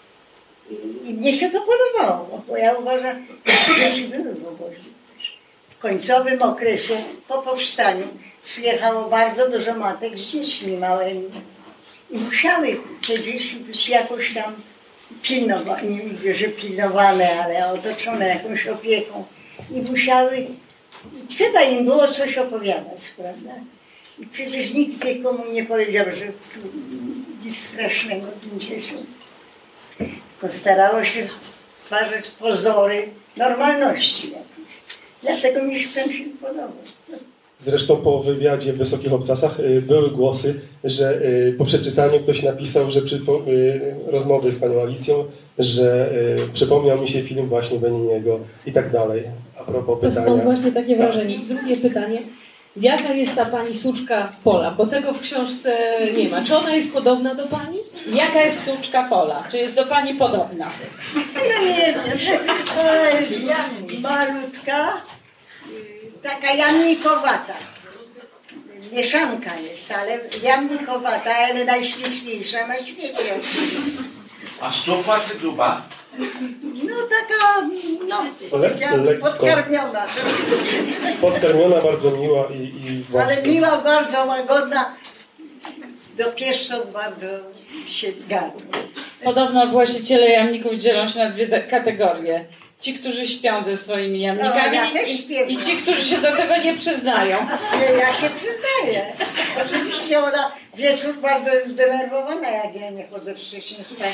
I, I mnie się to podobało, bo ja uważam, że dzieci były w obozie. W końcowym okresie, po powstaniu, przyjechało bardzo dużo matek z dziećmi małymi. I musiały te dzieci być jakoś tam pilnowane, nie mówię, że pilnowane, ale otoczone jakąś opieką. I musiały, i trzeba im było coś opowiadać, prawda? I przecież nikt nikomu nie powiedział, że nic strasznego tym dzieciom. Tylko starało się stwarzać pozory normalności jakiejś. Dlatego mi się ten film podobał. Zresztą po wywiadzie w Wysokich Obcasach y, były głosy, że y, po przeczytaniu ktoś napisał, że przy y, rozmowy z panią Alicją, że y, przypomniał mi się film właśnie Beniniego i tak dalej. A propos To pytania. stąd właśnie takie wrażenie. I drugie pytanie. Jaka jest ta pani suczka Pola? Bo tego w książce nie ma. Czy ona jest podobna do pani? Jaka jest suczka Pola? Czy jest do pani podobna? No nie wiem, to jest malutka, y, taka jamnikowata. Mieszanka jest, ale jamnikowata, ale najśliczniejsza na świecie. A szczupła czy gruba? No taka, no powiedziałam, lekko. podkarmiona. Podkarmiona, bardzo miła i, i Ale właśnie. miła, bardzo łagodna. Do pieszczot bardzo się garnie. Podobno właściciele jamników dzielą się na dwie te- kategorie. Ci, którzy śpią ze swoimi jamnikami No, ja też śpię. i, i ci, którzy się do tego nie przyznają. Nie, ja się przyznaję. Oczywiście ona wieczór bardzo jest zdenerwowana, jak ja nie chodzę wcześniej spać.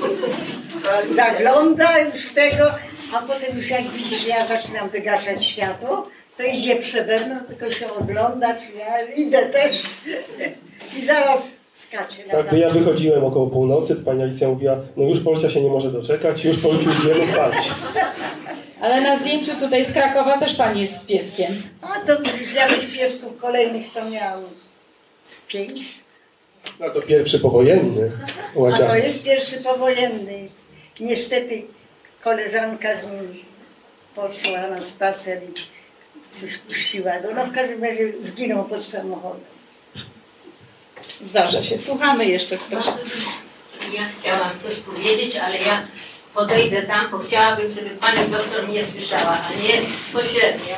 Zagląda już tego, a potem już jak widzi, że ja zaczynam wygaszać światło, to idzie przede mną, tylko się ogląda, czy ja idę też. I zaraz skacze na Tak, ja wychodziłem około północy, to pani Alicja mówiła, no już Polcia się nie może doczekać, już Polciu idziemy spać. Ale na zdjęciu tutaj z Krakowa też pani jest z pieskiem. A to już ja tych piesków kolejnych to miałam z pięć. No to pierwszy powojenny A to łaciak. jest pierwszy powojenny. Niestety koleżanka z nim poszła na spacer i coś puściła go. No w każdym razie zginął pod samochodem. Zdarza się. Słuchamy jeszcze ktoś. Ja chciałam coś powiedzieć, ale ja podejdę tam, bo chciałabym, żeby pani doktor mnie słyszała, a nie pośrednio.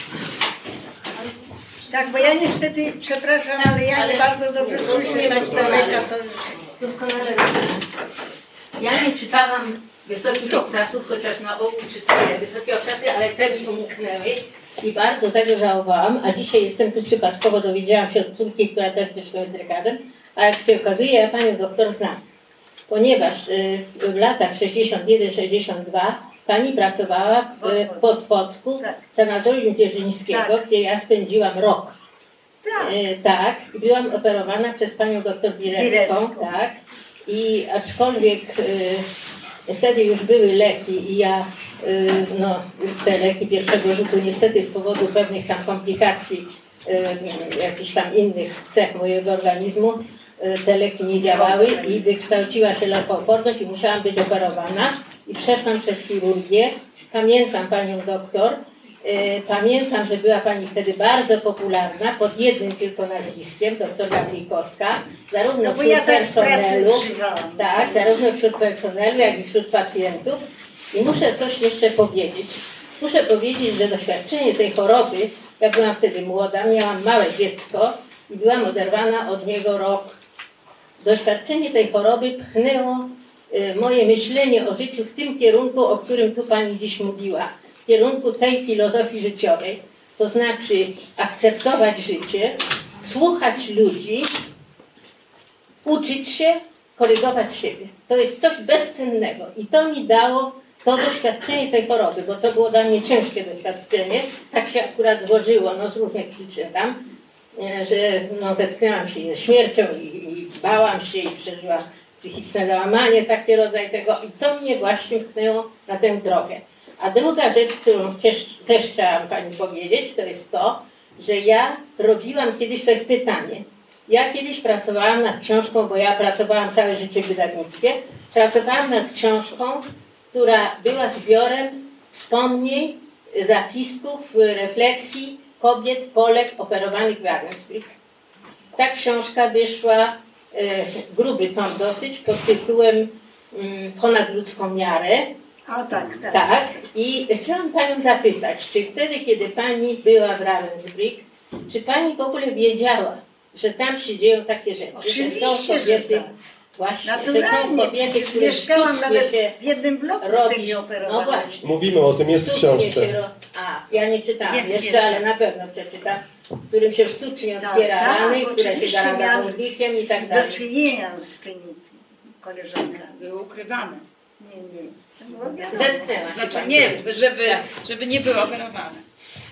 Tak, bo ja niestety, przepraszam, ale ja nie Ale- bardzo dobrze słyszę tak z daleka. To już... Doskonale rozumiem. Ja nie czytałam Wysokich Obcasów, chociaż na ogół czytuję Wysokie Obcasy, ale te mi umknęły i bardzo tego żałowałam, a dzisiaj jestem tu przypadkowo, dowiedziałam się od córki, która też zresztą jest lekarzem, a jak się okazuje, ja panią doktor znam, ponieważ y, w latach sześćdziesiąt jeden sześćdziesiąt dwa pani pracowała w W Podwocku, Tak. w Sanatorium Wierzyńskiego, Tak. gdzie ja spędziłam rok. Tak. E, tak, i byłam operowana przez panią doktor Bilecką, Bilecką. tak, i aczkolwiek e, wtedy już były leki i ja, e, no, te leki pierwszego rzutu niestety z powodu pewnych tam komplikacji, e, jakichś tam innych cech mojego organizmu, e, te leki nie działały i wykształciła się lekooporność i musiałam być operowana i przeszłam przez chirurgię. Pamiętam panią doktor. E, Pamiętam, że była pani wtedy bardzo popularna pod jednym tylko nazwiskiem, doktor Gawlikowska, zarówno No bo wśród ja tak z pracy personelu, używałam. tak, zarówno wśród personelu, jak i wśród pacjentów. I muszę coś jeszcze powiedzieć. Muszę powiedzieć, że doświadczenie tej choroby, ja byłam wtedy młoda, miałam małe dziecko i byłam oderwana od niego rok. Doświadczenie tej choroby pchnęło e, moje myślenie o życiu w tym kierunku, o którym tu pani dziś mówiła. W kierunku tej filozofii życiowej, to znaczy akceptować życie, słuchać ludzi, uczyć się, korygować siebie. To jest coś bezcennego i to mi dało to doświadczenie tej choroby, bo to było dla mnie ciężkie doświadczenie, tak się akurat złożyło, no z różnych przyczyn tam, e, że no, zetknęłam się ze śmiercią i, i bałam się i przeżyłam psychiczne załamanie, taki rodzaj tego i to mnie właśnie pchnęło na tę drogę. A druga rzecz, którą też, też chciałam pani powiedzieć, to jest to, że ja robiłam kiedyś, to jest pytanie. Ja kiedyś pracowałam nad książką, bo ja pracowałam całe życie wydawnickie, pracowałam nad książką, która była zbiorem wspomnień, zapisków, refleksji kobiet, Polek operowanych w Ravensbrück. Ta książka wyszła, e, gruby tom dosyć, pod tytułem mm, Ponad ludzką miarę. A tak, tak. Tak, i chciałam panią zapytać, czy wtedy, kiedy pani była w Ravensbrück, czy pani w ogóle wiedziała, że tam się dzieją takie rzeczy, Oczywiście, że są kobiety, że tak. właśnie, że są Naturalnie, kobiety, przecież które mieszkałam sztucznie nawet się w jednym bloku z robić. tymi No operowanymi. właśnie. Mówimy o tym, jest w Sztucznie książce. się ro... A, ja nie czytałam Jest, jeszcze, jest. ale na pewno przeczytam, w którym się sztucznie Tak, otwiera tak, rany, które się oczywiście da miałam wązlikiem i z- tak do dalej. czynienia z tymi koleżankami. Były ukrywane. Nie, nie. To było wiadomo. Zetknęła się Znaczy pani. nie, żeby, żeby nie były operowane.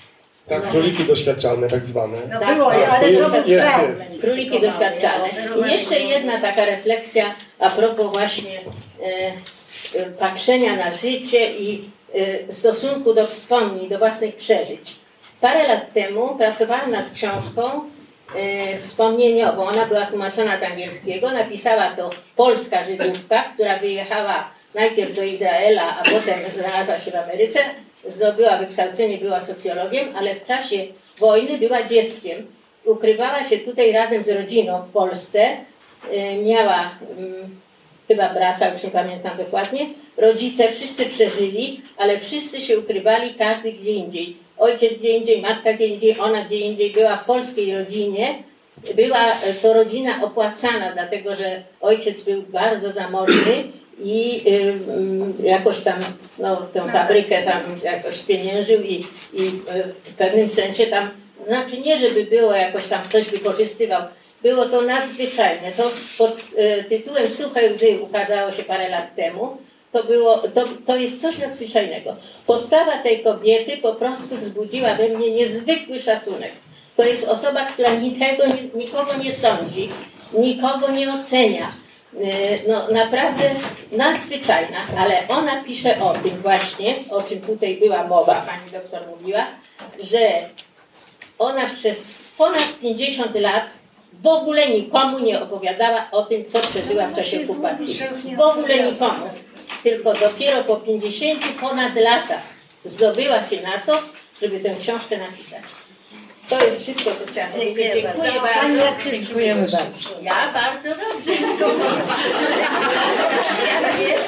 Tak, króliki doświadczalne tak zwane. No Tak, było, tak. ale to był Jest, jest. fragment. Króliki tylko doświadczalne. mały. I jeszcze jedna taka refleksja a propos właśnie e, e, patrzenia na życie i e, stosunku do wspomnień, do własnych przeżyć. Parę lat temu pracowałam nad książką e, wspomnieniową. Ona była tłumaczona z angielskiego. Napisała to polska Żydówka, która wyjechała najpierw do Izraela, a potem znalazła się w Ameryce. Zdobyła wykształcenie, była socjologiem, ale w czasie wojny była dzieckiem. Ukrywała się tutaj razem z rodziną w Polsce. E, miała mm, chyba brata, już nie pamiętam dokładnie. Rodzice wszyscy przeżyli, ale wszyscy się ukrywali, każdy gdzie indziej. Ojciec gdzie indziej, matka gdzie indziej, ona gdzie indziej. Była w polskiej rodzinie. Była to rodzina opłacana, dlatego że ojciec był bardzo zamożny i y, y, jakoś tam no, tę fabrykę tam jakoś spieniężył i, i y, w pewnym sensie tam, znaczy nie żeby było jakoś tam ktoś wykorzystywał, było to nadzwyczajne. To pod y, tytułem Suche łzy ukazało się parę lat temu. To, było, to, to jest coś nadzwyczajnego. Postawa tej kobiety po prostu wzbudziła we mnie niezwykły szacunek. To jest osoba, która niczego, nikogo nie sądzi, nikogo nie ocenia. No naprawdę nadzwyczajna, ale ona pisze o tym właśnie, o czym tutaj była mowa, pani doktor mówiła, że ona przez ponad pięćdziesiąt lat w ogóle nikomu nie opowiadała o tym, co przeżyła w czasie okupacji. W ogóle nikomu. Tylko dopiero po pięćdziesięciu ponad latach zdobyła się na to, żeby tę książkę napisać. To jest wszystko, co chciałam powiedzieć. Dziękuję Dziękuję bardzo. bardzo. Pani jak się Dziękujemy czujesz? bardzo. Ja bardzo dobrze skompozowałam. Ja wiem,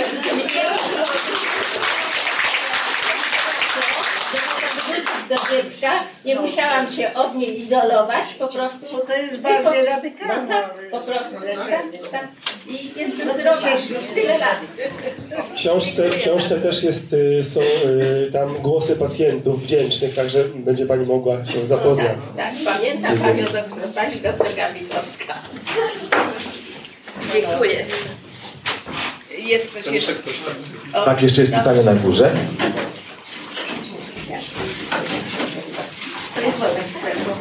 do dziecka, nie musiałam się od niej izolować, po prostu. Bo to jest bardziej tylko- radykalne No tak, po prostu. leczenie. Tak, tak. I jestem zdrowa już tyle lat. W książce, w książce też jest, y, są y, tam głosy pacjentów wdzięcznych, także będzie pani mogła się zapoznać. Tak, tak, pamiętam panią doktor, pani doktor Gawitowska. Dziękuję. Jest ktoś jeszcze? O, Tak, jeszcze jest pytanie na górze. To jest woda.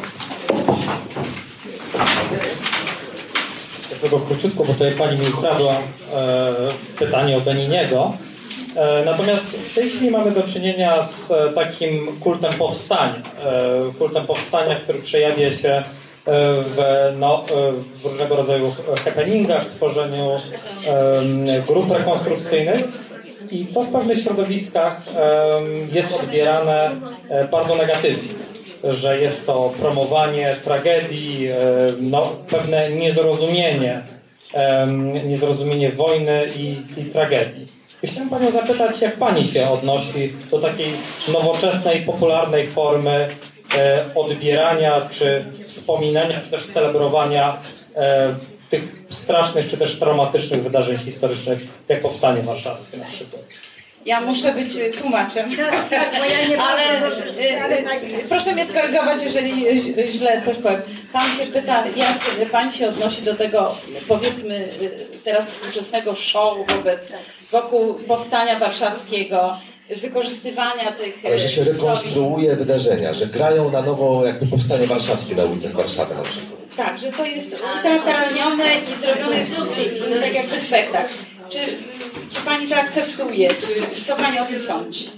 Tylko króciutko, bo tutaj pani mi ukradła e, pytanie o Beniniego. E, natomiast w tej chwili mamy do czynienia z e, takim kultem powstania. E, kultem powstania, który przejawia się e, w, no, e, w różnego rodzaju happeningach, w tworzeniu e, grup rekonstrukcyjnych. I to w pewnych środowiskach e, jest odbierane e, bardzo negatywnie. Że jest to promowanie tragedii, no, pewne niezrozumienie, niezrozumienie wojny i, i tragedii. I chciałem panią zapytać, jak pani się odnosi do takiej nowoczesnej, popularnej formy odbierania, czy wspominania, czy też celebrowania tych strasznych, czy też traumatycznych wydarzeń historycznych, jak Powstanie Warszawskie na przykład. Ja muszę być tłumaczem. Tak, tak, bo ja nie ale, bardzo dobrze, ale tak jest. proszę mnie skorygować, jeżeli źle coś powiem. Pan się pyta, jak pani się odnosi do tego, powiedzmy, teraz współczesnego show wobec, wokół Powstania Warszawskiego, wykorzystywania tych Ale że się historii. rekonstruuje wydarzenia, że grają na nowo jakby Powstanie Warszawskie na ulicach Warszawy na przykład. Tak, że to jest uteatralnione i zrobione jest tak jakby spektakl. Czy, czy pani to akceptuje? Czy, co pani o tym sądzi?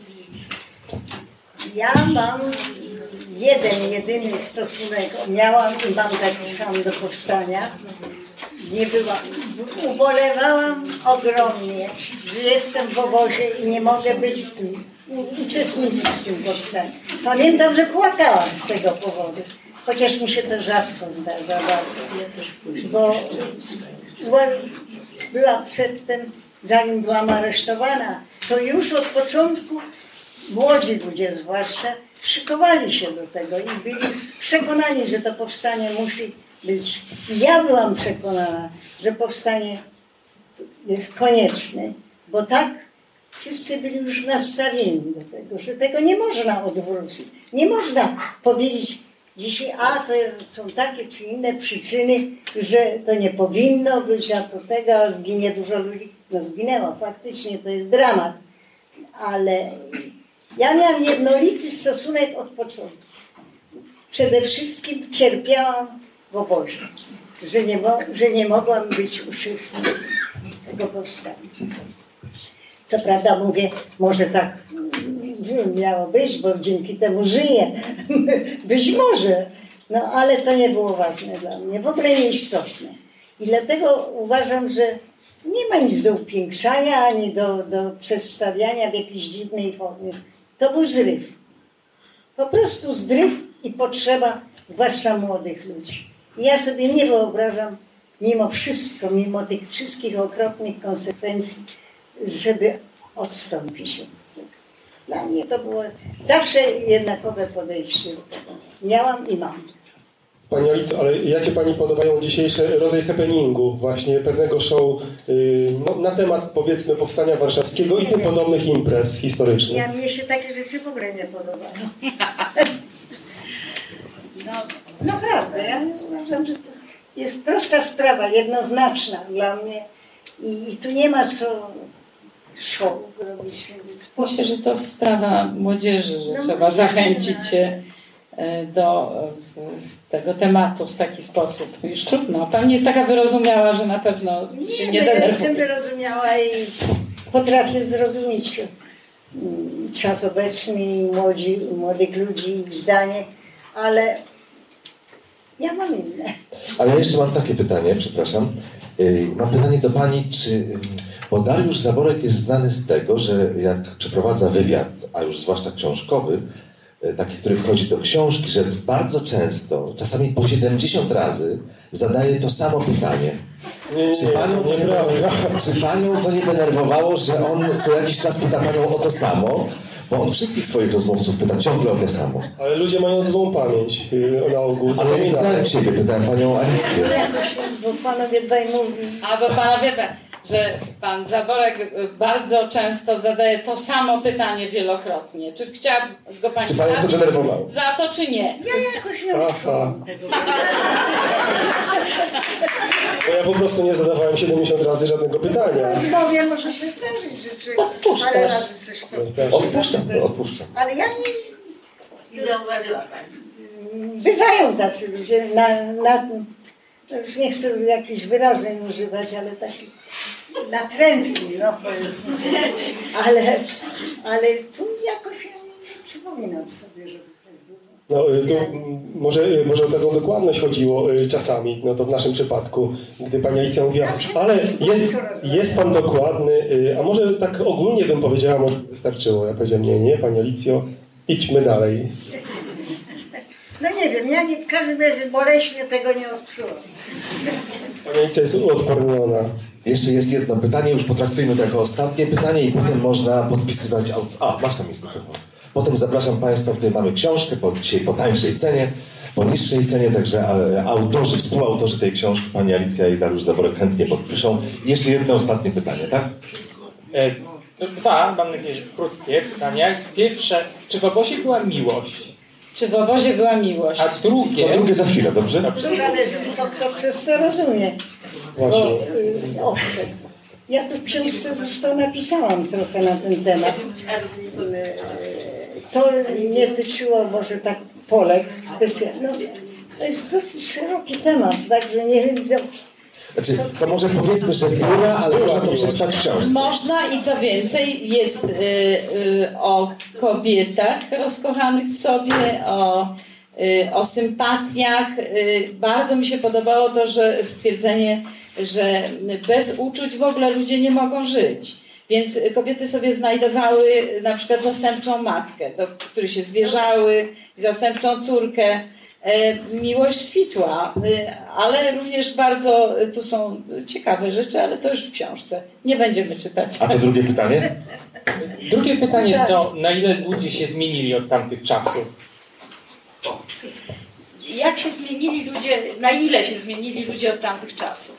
Ja mam jeden, jedyny stosunek, miałam i mam taki sam do powstania. Nie byłam, ubolewałam ogromnie, że jestem w obozie i nie mogę być w tym, uczestniczyć w tym powstaniu. Pamiętam, że płakałam z tego powodu, chociaż mi się to rzadko zdarza bardzo, bo była przedtem, zanim byłam aresztowana, to już od początku młodzi ludzie zwłaszcza szykowali się do tego i byli przekonani, że to powstanie musi być. I ja byłam przekonana, że powstanie jest konieczne, bo tak wszyscy byli już nastawieni do tego, że tego nie można odwrócić. Nie można powiedzieć dzisiaj, a to są takie czy inne przyczyny, że to nie powinno być, a to tego, a zginie dużo ludzi. No zginęło, faktycznie to jest dramat. Ale ja miałam jednolity stosunek od początku. przede wszystkim cierpiałam w obozie, że nie, mo- że nie mogłam być uczestnikiem tego powstania. Co prawda mówię, może tak miało być, bo dzięki temu żyję. Być może. No ale to nie było ważne dla mnie, w ogóle nieistotne. I dlatego uważam, że nie ma nic do upiększania, ani do, do przedstawiania w jakiejś dziwnej formie. To był zryw. Po prostu zryw i potrzeba, zwłaszcza młodych ludzi. I ja sobie nie wyobrażam, mimo wszystko, mimo tych wszystkich okropnych konsekwencji, żeby odstąpić od tego. Dla mnie to było zawsze jednakowe podejście do tego. Miałam i mam. Pani Alicjo, ale jak się Pani podobają dzisiejsze rodzaj happeningu, właśnie pewnego show yy, no, na temat, powiedzmy, powstania warszawskiego i tym podobnych imprez historycznych? Ja, mnie się takie rzeczy w ogóle nie podobają. No, naprawdę, ja uważam, że to jest prosta sprawa, jednoznaczna dla mnie i, i tu nie ma co show robić. Myślę, że to sprawa młodzieży, że No trzeba myślę, zachęcić że- się do e, tego tematu w taki sposób. Już trudno. Pani jest taka wyrozumiała, że na pewno się Nie, nie no ja jestem denerwuje. wyrozumiała i potrafię zrozumieć mm, czas obecny i młodzi, młodych ludzi, ich zdanie, ale ja mam inne. Ale jeszcze mam takie pytanie, przepraszam. Yy, Mam pytanie do Pani, czy... yy, Bo Dariusz Zaborek jest znany z tego, że jak przeprowadza wywiad, a już zwłaszcza książkowy, yy, taki, który wchodzi do książki, że bardzo często, czasami po siedemdziesiąt razy, zadaje to samo pytanie. Nie, nie, Czy panią, to nie, nieprawda. czy panią to nie denerwowało, że on co jakiś czas pyta Panią o to samo? Bo on wszystkich swoich rozmówców pyta ciągle o to samo. Ale ludzie mają złą pamięć yy, na ogół. Ale ja nie zapominają. pytałem Ciebie, pytałem Panią Alicję. Jakoś, bo panowie daj mówi. Albo panowie, że pan Zaborek bardzo często zadaje to samo pytanie wielokrotnie. Czy chciała go pani Czy panią to zabić denerwowało? za to, czy nie? Ja jakoś nie Aha. odczułam tego. Bo ja po prostu nie zadawałem siedemdziesiąt razy żadnego W pytania. rozmowie może się zdarzyć, że człowiek Odpuszczasz. parę razy coś powtórzy. Odpuszczam, odpuszczam. Ale ja nie... I zauważyła Pani. Bywają tacy ludzie, na, na, no już nie chcę jakichś wyrażeń używać, ale takich natrętni, no powiedzmy sobie. Ale, ale tu jakoś ja nie przypominam sobie, że to tak było. No, y, tu mm, może, y, może o taką dokładność chodziło y, czasami, no to w naszym przypadku, gdy Pani Alicja mówiła, ale jest, jest Pan dokładny, y, a może tak ogólnie bym powiedziała, może wystarczyło. Ja powiedziałem, nie, nie, Pani Alicjo, idźmy dalej. No nie wiem, ja nie, w każdym razie boleśnie tego nie odczułam. Pani Alicja jest uodporniona. Jeszcze jest jedno pytanie, już potraktujmy to jako ostatnie pytanie i potem można podpisywać... Aut... A, masz tam jest mikrofon. Potem zapraszam Państwa, tutaj mamy książkę po, dzisiaj po tańszej cenie, po niższej cenie, także e, autorzy, współautorzy tej książki, Pani Alicja i Dariusz Zaborek chętnie podpiszą. I jeszcze jedno ostatnie pytanie, tak? E, Dwa, mam nadzieję, że krótkie pytania. Pierwsze, czy w obozie była miłość? Czy w obozie była miłość? A drugie... To drugie za chwilę, dobrze? To zależy, co kto przez to rozumie. Właśnie. Bo, y, owszem, ja tu w książce zresztą napisałam trochę na ten temat. Y, To nie tyczyło może tak Polek specjalnie. No, to jest dosyć szeroki temat, także nie wiem, co... Znaczy, to może powiedzmy, że była, ale można to przeczytać w książce. Można i co więcej, jest y, y, o kobietach rozkochanych w sobie, o, y, o sympatiach. Y, bardzo mi się podobało to, że stwierdzenie, że bez uczuć w ogóle ludzie nie mogą żyć. Więc kobiety sobie znajdowały na przykład zastępczą matkę, do której się zwierzały, zastępczą córkę. E, miłość kwitła, e, ale również bardzo, e, tu są ciekawe rzeczy, ale to już w książce. Nie będziemy czytać. A to drugie pytanie? Drugie pytanie to, na ile ludzie się zmienili od tamtych czasów? Jak się zmienili ludzie, na ile się zmienili ludzie od tamtych czasów?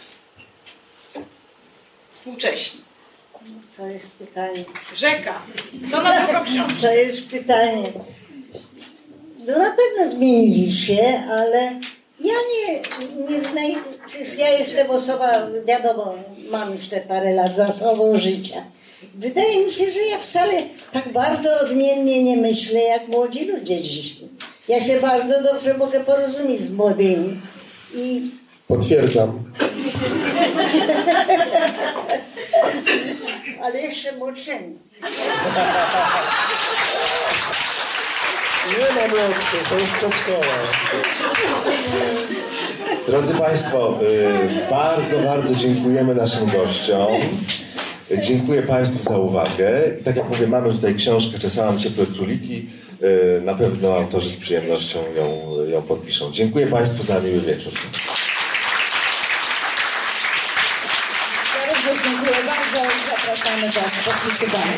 Współcześni. To jest pytanie. Rzeka. To na drugą książkę. To jest pytanie. No na pewno zmienili się, ale ja nie, nie znajdę, przecież ja jestem osoba, wiadomo, mam już te parę lat za sobą życia. Wydaje mi się, że ja wcale tak bardzo odmiennie nie myślę, jak młodzi ludzie dziś. Ja się bardzo dobrze mogę porozumieć z młodymi. I Potwierdzam. ale jeszcze młodszymi. Nie ma młodszych, to już przedszkola. Drodzy Państwo, y, bardzo, bardzo dziękujemy naszym gościom. Dziękuję Państwu za uwagę. I tak jak mówię, mamy tutaj książkę Czesałam ciepłe króliki. Y, Na pewno autorzy z przyjemnością ją, ją podpiszą. Dziękuję Państwu za miły wieczór. Ja również dziękuję bardzo i zapraszamy do podpisywania.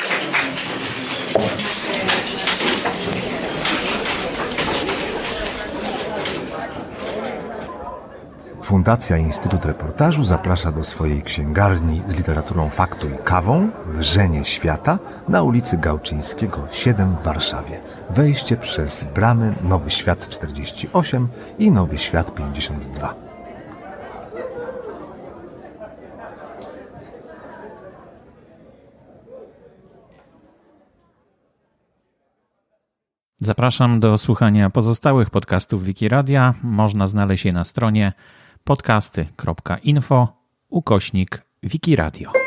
Fundacja Instytut Reportażu zaprasza do swojej księgarni z literaturą faktu i kawą Wrzenie Świata na ulicy Gałczyńskiego siedem w Warszawie. Wejście przez bramy Nowy Świat czterdzieści osiem i Nowy Świat pięćdziesiąt dwa. Zapraszam do słuchania pozostałych podcastów Wikiradia. Można znaleźć je na stronie podcasty kropka info ukośnik Wikiradio.